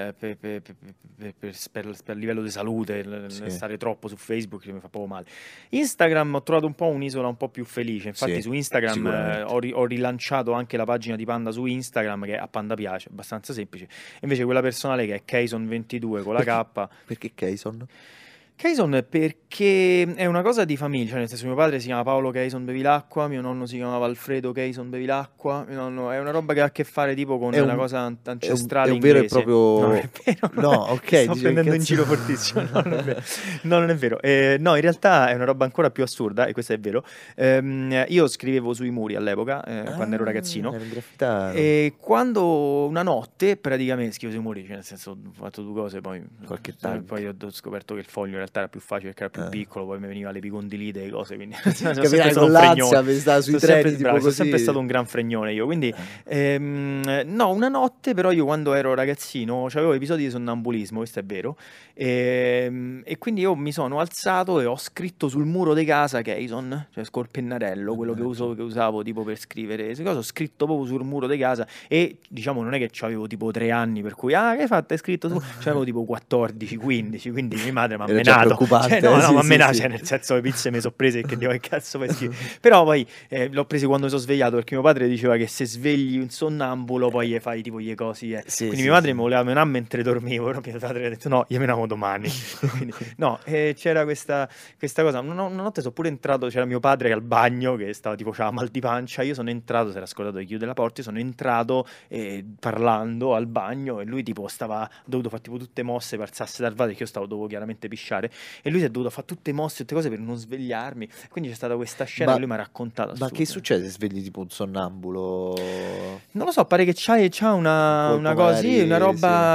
livello di salute, Sì. stare troppo su Facebook che mi fa proprio male. Instagram ho trovato un po' un'isola un po' più felice, infatti Sì, su Instagram sicuramente. ho rilanciato anche la pagina di Panda su Instagram, che a Panda piace, abbastanza semplice. Invece quella personale, che è Kayson22 con la K. Perché Kayson? Kayson perché è una cosa di famiglia, cioè nel senso mio padre si chiama Paolo Kayson Bevilacqua, mio nonno si chiamava Alfredo Kayson Bevilacqua, mio nonno, è una roba che ha a che fare tipo con una cosa ancestrale è un vero e inglese. proprio... No, non è vero. No, ok, Ti sto dicevo, prendendo in cazzo. giro fortissimo. No, non è vero. No, non è vero. No, in realtà è una roba ancora più assurda, e questo è vero. Io scrivevo sui muri all'epoca, quando ero ragazzino. Era un graffitaro. E quando una notte praticamente scrivo sui muri, cioè nel senso ho fatto due cose, poi Qualche tag. poi ho scoperto che il foglio in realtà era più facile perché era più piccolo, poi mi veniva l'epicondilite e cose, quindi sono sempre Capirai, stato con un l'ansia fregnone. per stare sui Sono sempre, treni, tipo bravo, sono così. sempre stato un gran fregnone io, quindi no, una notte però io quando ero ragazzino avevo episodi di sonnambulismo, questo è vero, e quindi io mi sono alzato e ho scritto sul muro di casa Kayson, cioè col pennarello, quello che usavo tipo per scrivere queste cose, ho scritto proprio sul muro di casa, e diciamo non è che avevo tipo 3 anni per cui che hai fatto, hai scritto tu, avevo tipo 14, 15, quindi mia madre mi ha Era già menato, preoccupante, cioè, no, sì, mi ha sì, menato, sì. cioè, nel senso le pizze mi sono prese, che devo, che cazzo fai schifo. Però poi l'ho presi quando mi sono svegliato, perché mio padre diceva che se svegli un sonnambulo poi gli fai tipo gli cosi, Sì, quindi sì, mia madre sì. mi voleva menare mentre dormivo, però mio padre ha detto no, io menavo domani. Quindi, no, c'era questa cosa, una notte sono pure entrato, c'era mio padre al bagno che stava tipo, c'aveva mal di pancia, io sono entrato, si era scordato di chiudere la porta, io sono entrato parlando al bagno, e lui tipo stava, dovuto fare tipo tutte mosse per alzarsi dal water, che io dovevo chiaramente pisciare, e lui si è dovuto fare tutte mosse, tutte cose per non svegliarmi, quindi c'è stata questa scena Ma- che lui mi ha raccontato. Ma che assurda. succede se svegli tipo un sonnambulo? Non lo so, pare che c'ha una Colpo cosa, sì, magari, una roba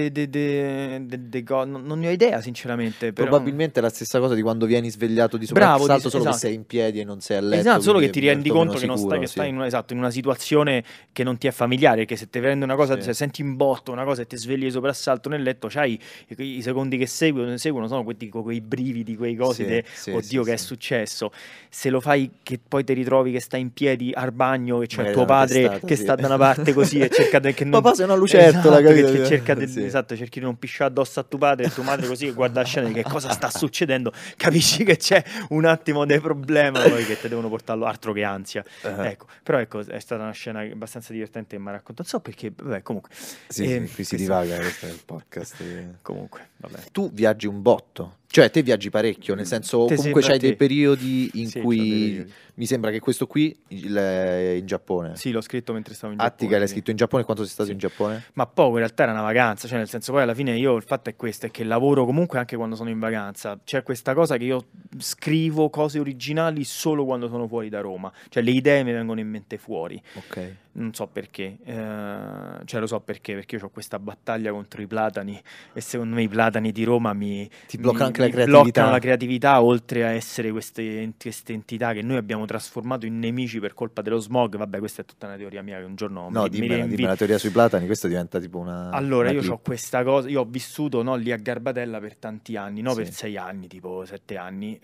non ne ho idea sinceramente, però... Probabilmente è la stessa cosa di quando vieni svegliato di Bravo, soprassalto, solo esatto. che sei in piedi e non sei a letto. Esatto, solo che quindi ti è rendi molto conto meno che non stai, sicuro, sì. esatto, in una situazione che non ti è familiare, che se ti prende una cosa, Sì. se senti in botto una cosa e ti svegli di soprassalto nel letto, c'hai i secondi che seguono sono quei brividi, quei cosi Sì, sì, oddio, sì, che è sì. successo. Se lo fai che poi ti ritrovi che stai in piedi al bagno e c'è Magari tuo da una padre testata, che sì. sta da una parte così e cerca che non... Papà sei una lucertola, Esatto, capito? che cerca Sì. esatto, cerchi di non pisciare addosso a tuo padre e tua madre così, che guarda la scena di che cosa sta succedendo, capisci che c'è un attimo di problema, poi che te devono portarlo, altro che ansia. Ecco, però ecco, è stata una scena abbastanza divertente che mi ha raccontato, non so perché, vabbè, comunque. Sì, qui si questo- divaga, questo è il podcast. Comunque, vabbè. Tu viaggi un botto, cioè te viaggi parecchio, nel senso Te comunque sembra c'hai a te? dei periodi in Sì, c'ho dei cui periodi. mi sembra che questo qui è in Giappone. Sì, l'ho scritto mentre stavo in Giappone. Attica l'hai sì. scritto in Giappone, quanto sei stato Sì. in Giappone? Ma poco, in realtà era una vacanza, cioè nel senso poi alla fine io il fatto è questo, è che lavoro comunque anche quando sono in vacanza, c'è questa cosa che io scrivo cose originali solo quando sono fuori da Roma, cioè le idee mi vengono in mente fuori, Ok. non so perché, cioè lo so perché io ho questa battaglia contro i platani e secondo me i platani di Roma Ti bloccano anche la mi creatività. bloccano la creatività, oltre a essere queste entità che noi abbiamo trasformato in nemici per colpa dello smog. Vabbè, questa è tutta una teoria mia che un giorno No, dimmi la teoria sui platani, questo diventa tipo una... allora, una io clip. ho questa cosa, io ho vissuto lì a Garbatella per tanti anni, no Sì. per 6 anni, tipo 7 anni,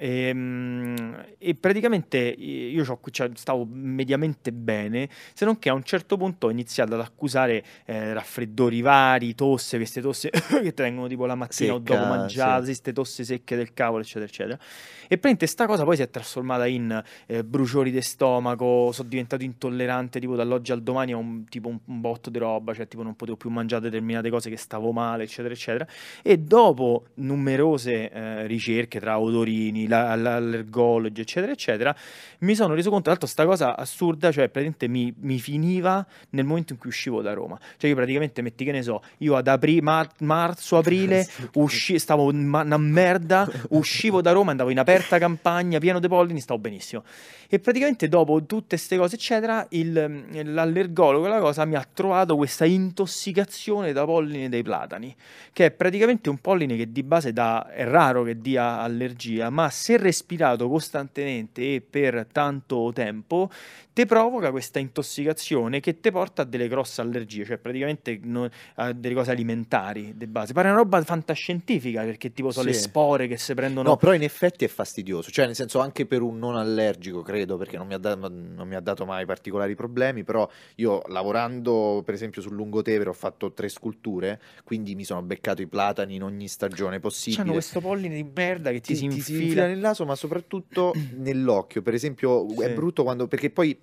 e praticamente io stavo mediamente bene, se non che a un certo punto ho iniziato ad accusare raffreddori vari, tosse, queste tosse che ti vengono tipo la mattina o Secca, dopo mangiare, sì. queste tosse secche del cavolo, eccetera, eccetera. E praticamente sta cosa poi si è trasformata in bruciori di stomaco, sono diventato intollerante tipo dall'oggi al domani a un botto di roba, cioè tipo non potevo più mangiare determinate cose, che stavo male, eccetera, eccetera. E dopo numerose ricerche tra odorini, l'allergologi, eccetera, eccetera, mi sono reso conto, tra l'altro, sta cosa assurda, cioè praticamente mi finiva nel momento in cui uscivo da Roma. Cioè io praticamente, metti che ne so, io ad marzo, aprile, stavo una merda merda, uscivo da Roma, andavo in aperta campagna, pieno di pollini, stavo benissimo. E praticamente dopo tutte queste cose, eccetera, l'allergologo, la cosa, mi ha trovato questa intossicazione da polline dei platani, che è praticamente un polline che di base è raro che dia allergia, ma se respirato costantemente e per tanto tempo, te provoca questa intossicazione che te porta a delle grosse allergie, cioè praticamente a delle cose alimentari di base. Pare una roba fantascientifica, perché tipo sono le spore che si prendono... No, però in effetti è fastidioso, cioè nel senso anche per un non allergico, credo, perché non mi ha dato mai particolari problemi, però io lavorando per esempio sul Lungotevere ho fatto 3 sculture, quindi mi sono beccato i platani in ogni stagione possibile. C'hanno questo polline di merda che ti si infila nel naso, ma soprattutto nell'occhio, per esempio. È brutto quando, perché poi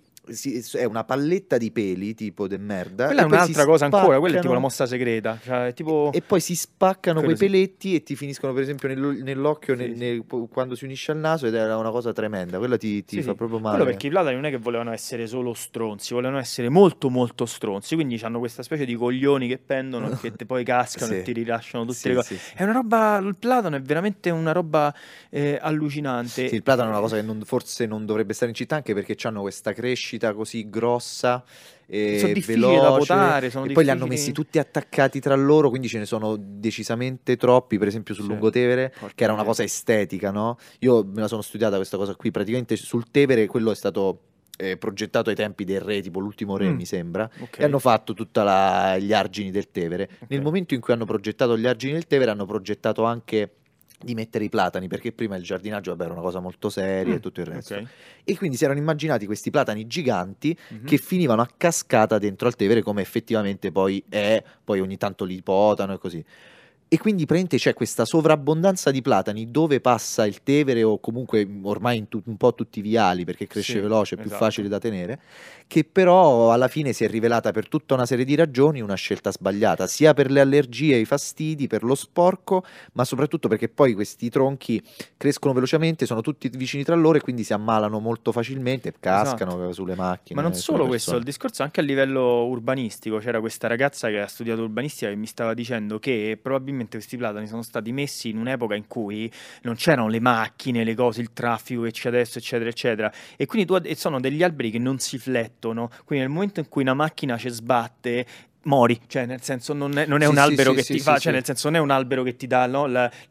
è una palletta di peli tipo de merda. Quella è un'altra cosa ancora, quella è tipo la mossa segreta, cioè, tipo... e poi si spaccano quei Quello sì. peletti e ti finiscono per esempio nell'occhio quando si unisce al naso, ed era una cosa tremenda. Quella ti fa proprio male. Quello perché i platani non è che volevano essere solo stronzi, volevano essere molto molto stronzi, quindi hanno questa specie di coglioni che pendono che poi cascano e ti rilasciano tutte le cose. È una roba, il platano è veramente una roba allucinante. Sì, il platano è una cosa che forse non dovrebbe stare in città, anche perché hanno questa crescita così grossa e sono difficili veloce, da potare, e poi li hanno messi tutti attaccati tra loro, quindi ce ne sono decisamente troppi, per esempio sul Lungotevere, che era una cosa estetica, no? Io me la sono studiata questa cosa qui, praticamente sul Tevere quello è stato progettato ai tempi del re, tipo l'ultimo re mi sembra, e hanno fatto tutti gli argini del Tevere. Nel momento in cui hanno progettato gli argini del Tevere hanno progettato anche di mettere i platani, perché prima il giardinaggio era una cosa molto seria e tutto il resto, e quindi si erano immaginati questi platani giganti che finivano a cascata dentro al Tevere, come effettivamente poi è, poi ogni tanto li potano e così. E quindi praticamente c'è questa sovrabbondanza di platani dove passa il Tevere, o comunque ormai in un po' tutti i viali, perché cresce veloce, è più facile da tenere, che però alla fine si è rivelata per tutta una serie di ragioni una scelta sbagliata, sia per le allergie, i fastidi, per lo sporco, ma soprattutto perché poi questi tronchi crescono velocemente, sono tutti vicini tra loro e quindi si ammalano molto facilmente, cascano sulle macchine. Ma non solo questo, il discorso anche a livello urbanistico. C'era questa ragazza che ha studiato urbanistica che mi stava dicendo che probabilmente questi platani sono stati messi in un'epoca in cui non c'erano le macchine, le cose, il traffico che c'è adesso, eccetera, eccetera. E quindi sono degli alberi che non si flettono. Quindi nel momento in cui una macchina ci sbatte, mori, cioè nel senso non è un albero che ti fa, cioè nel senso non è un albero che ti dà, no,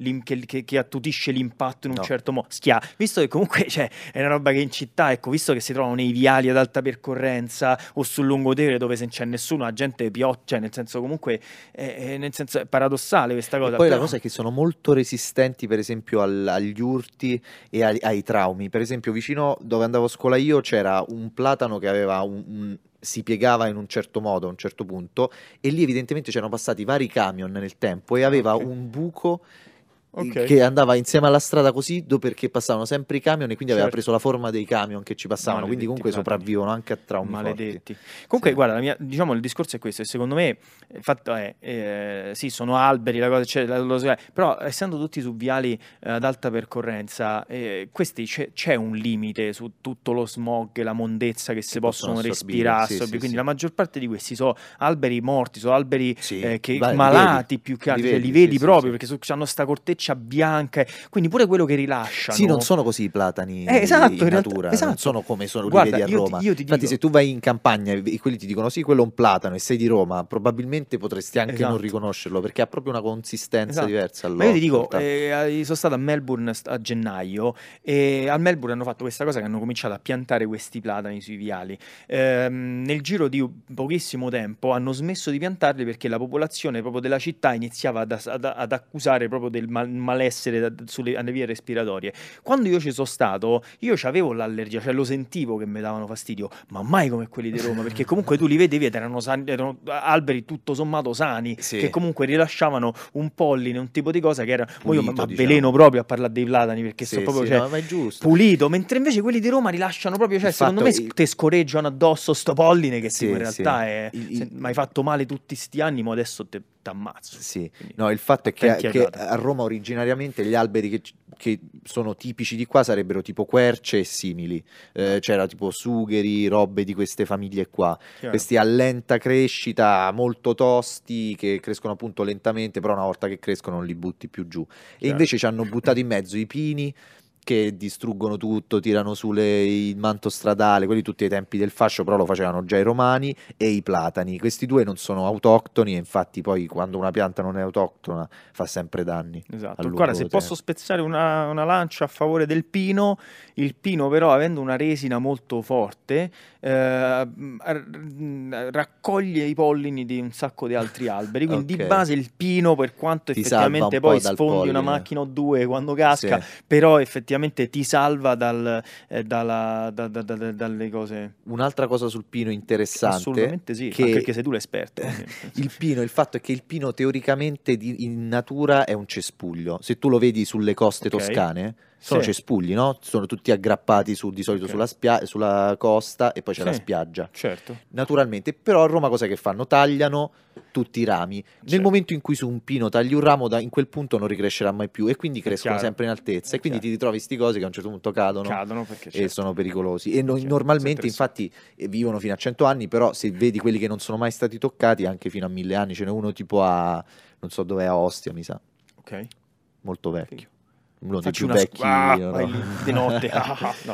che attutisce l'impatto in un certo modo, visto che comunque è una roba che in città, ecco, visto che si trovano nei viali ad alta percorrenza o sul Lungotevere dove se non c'è nessuno la gente pioggia, nel senso comunque nel senso è paradossale questa cosa. E poi la cosa è che sono molto resistenti per esempio agli urti e ai traumi. Per esempio vicino dove andavo a scuola io c'era un platano che aveva si piegava in un certo modo a un certo punto, e lì evidentemente c'erano passati vari camion nel tempo e aveva un buco che andava insieme alla strada così, perché passavano sempre i camion e quindi aveva preso la forma dei camion che ci passavano, quindi comunque sopravvivono anche a traumi maledetti forti. Comunque guarda, diciamo il discorso è questo, e secondo me il fatto è sì, sono alberi, la cosa però essendo tutti su viali ad alta percorrenza, questi c'è un limite su tutto lo smog, la mondezza che si possono respirare, quindi la maggior parte di questi sono alberi morti, sono alberi malati, più che altro, li vedi proprio perché hanno sta corteccia bianca, quindi pure quello che rilasciano. Sì, non sono così i platani in natura, non sono come li vedi a Roma. Infatti se tu vai in campagna e quelli ti dicono sì, quello è un platano e sei di Roma, probabilmente potresti anche non riconoscerlo, perché ha proprio una consistenza diversa. Ma io ti dico, sono stato a Melbourne a gennaio e a Melbourne hanno fatto questa cosa che hanno cominciato a piantare questi platani sui viali. Nel giro di pochissimo tempo hanno smesso di piantarli perché la popolazione proprio della città iniziava ad accusare proprio del malessere alle vie respiratorie. Quando io ci sono stato, io c'avevo l'allergia, cioè lo sentivo che mi davano fastidio, ma mai come quelli di Roma, perché comunque tu li vedevi ed erano alberi tutto sommato sani, che comunque rilasciavano un polline, un tipo di cosa che era pulito, io veleno proprio a parlare dei platani, perché sono proprio ma è giusto. Pulito, mentre invece quelli di Roma rilasciano proprio, cioè secondo me te scoreggiano addosso sto polline che in realtà è mi hai fatto male tutti sti anni, ma adesso te t'ammazzo. Sì, Quindi, no, il fatto è attenti ai che platani. a Roma originariamente gli alberi che sono tipici di qua sarebbero tipo querce e simili. C'era tipo sugheri, robe di queste famiglie qua. Chiaro. Questi a lenta crescita, molto tosti, che crescono appunto lentamente, però una volta che crescono non li butti più giù. E Chiaro. invece ci hanno buttato in mezzo i pini che distruggono tutto, tirano su il manto stradale, quelli tutti ai tempi del fascio, però lo facevano già i romani, e i platani. Questi due non sono autoctoni e infatti poi quando una pianta non è autoctona fa sempre danni. Esatto. a lungo Guarda, se tempo. posso spezzare una lancia a favore del pino, il pino però avendo una resina molto forte raccoglie i pollini di un sacco di altri alberi, quindi di Ok. base il pino, per quanto Ti salva effettivamente un po' poi dal sfondi una polline. macchina o due quando casca, Sì. però effettivamente ti salva dalle cose. Un'altra cosa sul pino interessante, Assolutamente sì, che anche perché sei tu l'esperto. quindi, il fatto è che il pino teoricamente in natura è un cespuglio. Se tu lo vedi sulle coste Ok. toscane, sono Sì. cespugli, no? Sono tutti aggrappati di solito Ok. sulla costa e poi c'è la Sì. spiaggia. Certo. Naturalmente, però a Roma cosa che fanno? Tagliano tutti i rami. Nel Certo. momento in cui su un pino tagli un ramo, in quel punto non ricrescerà mai più e quindi crescono chiaro. sempre in altezza È e quindi ti chiaro. ritrovi sti cosi che a un certo punto cadono Perché e certo. sono pericolosi. E Chiaro, normalmente, questo è infatti, vivono fino a 100 anni, però se vedi quelli che non sono mai stati toccati, anche fino a 1000 anni, ce n'è uno tipo non so dov'è, a Ostia, mi sa, Ok. molto vecchio. Uno dei Facci più una vecchi. no? vai lì di notte. No.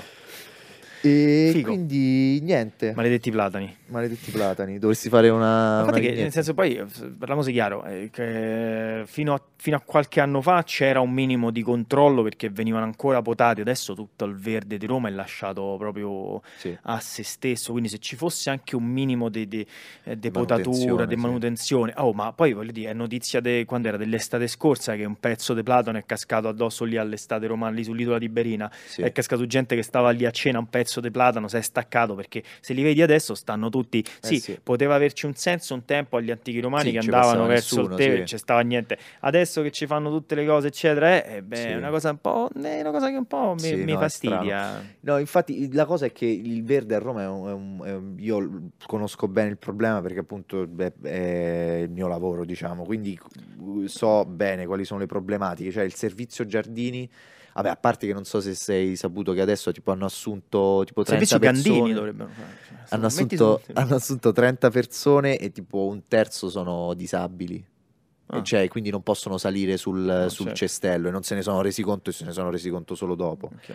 E Figo. quindi niente, Maledetti platani. maledetti platani. Dovresti fare Ma una infatti che, nel vignetta. senso, poi parliamoci chiaro, che fino a qualche anno fa c'era un minimo di controllo perché venivano ancora potati, adesso tutto il verde di Roma è lasciato proprio Sì. a se stesso, quindi se ci fosse anche un minimo di potatura, manutenzione, di sì. manutenzione, ma poi voglio dire, è notizia quando era dell'estate scorsa che un pezzo di platano è cascato addosso lì all'estate romana, lì sull'isola di Berina, Sì. è cascato gente che stava lì a cena, un pezzo di platano si è staccato perché se li vedi adesso stanno tutti, sì, sì. poteva averci un senso un tempo agli antichi romani Sì, che ci andavano passava verso nessuno, il Tevere, sì. non ci stava niente, adesso che ci fanno tutte le cose eccetera, Sì. è una cosa un po', è una cosa che un po' Sì, mi no, è fastidia. No, infatti la cosa è che il verde a Roma io conosco bene il problema perché appunto è il mio lavoro, diciamo, quindi so bene quali sono le problematiche, cioè il servizio giardini. Vabbè, a parte che non so se sei saputo che adesso tipo hanno assunto tipo 30 Servizio Gandini persone. dovrebbero fare, cioè, Hanno metti hanno assunto 30 persone e tipo un terzo sono disabili. Ah. E cioè, quindi non possono salire sul certo. cestello e non se ne sono resi conto e se ne sono resi conto solo dopo. Ok.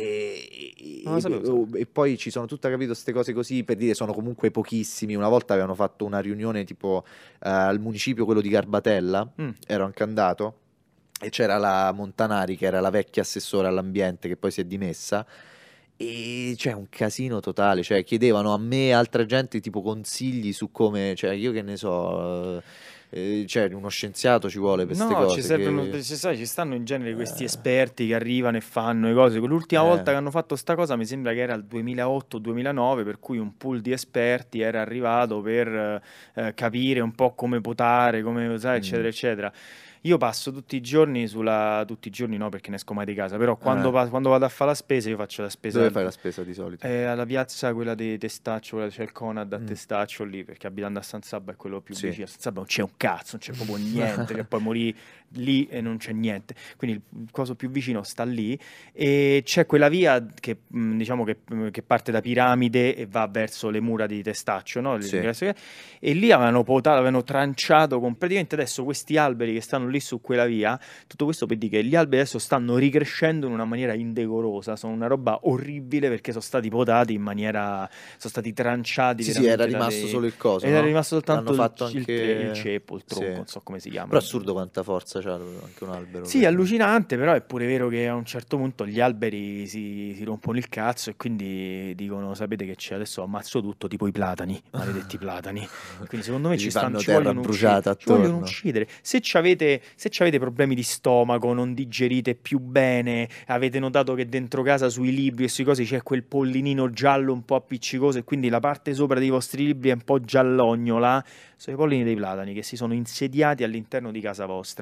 E Non lo sapevo. e poi ci sono tutte, capito, queste cose così per dire sono comunque pochissimi. Una volta avevano fatto una riunione tipo al municipio, quello di Garbatella, ero anche andato e c'era la Montanari che era la vecchia assessora all'ambiente che poi si è dimessa. E c'è un casino totale, cioè chiedevano a me e altra gente tipo consigli su come, cioè io che ne so, cioè uno scienziato ci vuole per queste No, cose ci servono, che- ci stanno in genere questi esperti che arrivano e fanno le cose. L'ultima volta che hanno fatto sta cosa mi sembra che era il 2008-2009, per cui un pool di esperti era arrivato per capire un po' come potare, come usare, eccetera, eccetera. Io passo tutti i giorni tutti i giorni no, perché ne esco mai di casa, però quando vado a fare la spesa, io faccio la spesa. Dove fai la spesa di solito? Alla piazza quella di Testaccio, c'è il Conad a Testaccio lì, perché abitando a San Sabba è quello più Sì. vicino. A San Sabba non c'è un cazzo, non c'è proprio niente, che poi morì lì e non c'è niente. Quindi il coso più vicino sta lì e c'è quella via che diciamo che parte da Piramide e va verso le mura di Testaccio, no? Sì. E lì avevano potato, avevano tranciato praticamente adesso questi alberi che stanno lì su quella via, tutto questo per dire che gli alberi adesso stanno ricrescendo in una maniera indecorosa, sono una roba orribile perché sono stati potati in maniera, sono stati tranciati Sì, era veramente da rimasto solo il coso, era no? rimasto soltanto L'hanno fatto il anche- il ceppo, il tronco, Sì. non so come si chiama. Però assurdo quanta forza c'ha anche un albero. Sì, è allucinante, però è pure vero che a un certo punto gli alberi si rompono il cazzo e quindi dicono, sapete che c'è, adesso ammazzo tutto, tipo i platani, maledetti platani. Quindi secondo me Gli ci fanno ci terra vogliono bruciata ci vogliono attorno. uccidere. Se c'avete problemi di stomaco, non digerite più bene, avete notato che dentro casa sui libri e sui cosi c'è quel pollinino giallo un po' appiccicoso e quindi la parte sopra dei vostri libri è un po' giallognola, sono i pollini dei platani che si sono insediati all'interno di casa vostra.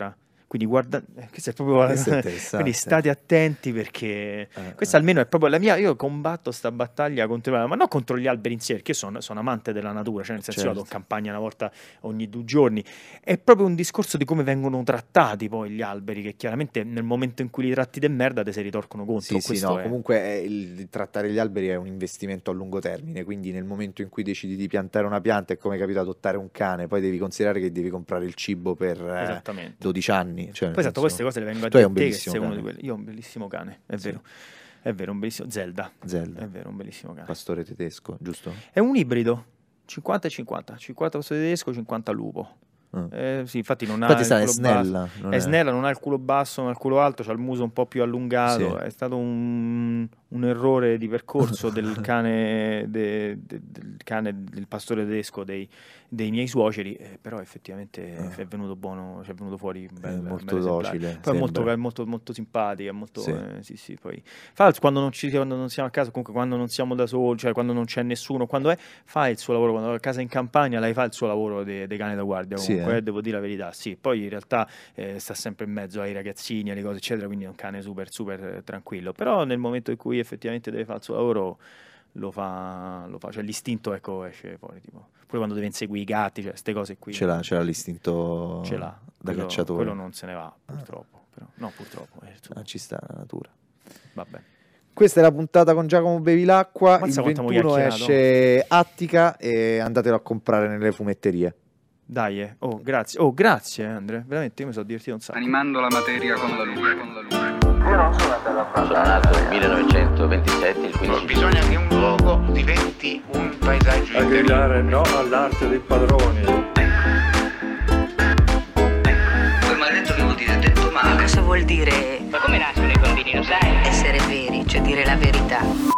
Quindi guarda, questo è proprio Questo è interessante. quindi state attenti perché questa almeno è proprio la mia. Io combatto sta battaglia contro, ma non contro gli alberi in sé, perché io sono amante della natura, cioè nel senso io vado in campagna una volta ogni 2 giorni. È proprio un discorso di come vengono trattati poi gli alberi, che chiaramente nel momento in cui li tratti de merda te si ritorcono contro. Sì, Questo no, è. comunque il trattare gli alberi è un investimento a lungo termine, quindi nel momento in cui decidi di piantare una pianta è come capito adottare un cane, poi devi considerare che devi comprare il cibo per Esattamente. 12 anni. Cioè, Poi esatto, queste cose le vengo a tu hai dire a un te, che bellissimo sei uno cane. di quelli. Io ho un bellissimo cane, è Sì. vero. È vero, un bellissimo Zelda. Zelda, È vero, un bellissimo cane. pastore tedesco, giusto? È un ibrido, 50 e 50, 50 pastore tedesco, 50 lupo. Sì, infatti non ha Infatti il sta, è culo snella. basso. non È snella, non ha il culo basso, non ha il culo alto, c'ha il muso un po' più allungato. Sì. È stato un errore di percorso del cane, del cane del pastore tedesco dei miei suoceri, però effettivamente è venuto buono, è venuto fuori un molto bel esemplare. docile, Poi sembra. è molto, molto simpatica, è molto, Sì. sì, poi fa quando non siamo a casa, comunque quando non siamo da soli, cioè quando non c'è nessuno, fa il suo lavoro, quando è a casa in campagna lei fa il suo lavoro dei cani da guardia, Sì, comunque, devo dire la verità, sì, poi in realtà sta sempre in mezzo ai ragazzini, alle cose eccetera, quindi è un cane super super tranquillo, però nel momento in cui effettivamente deve fare il suo lavoro lo fa, cioè l'istinto esce fuori, tipo pure quando deve inseguire i gatti, cioè queste cose qui Ce l'ha l'istinto ce l'ha, da quello, cacciatore. quello non se ne va purtroppo, però no, purtroppo Ci sta la natura. vabbè. Questa è la puntata con Giacomo Bevilacqua. Mazza Il quanto abbiamo 21 chiacchierato. esce Attica e andatelo a comprare nelle fumetterie. Dai, grazie Andre, veramente io mi sono divertito un sacco. Animando la materia con la luce. Io non sono andato a Sono fare. nato nel 1927, il 15 Bisogna che un luogo diventi un paesaggio A interiore. gridare no all'arte dei padroni. Quel maledetto che vuol dire detto male. Cosa vuol dire Ma come nascono i bambini, lo sai? essere veri, cioè dire la verità?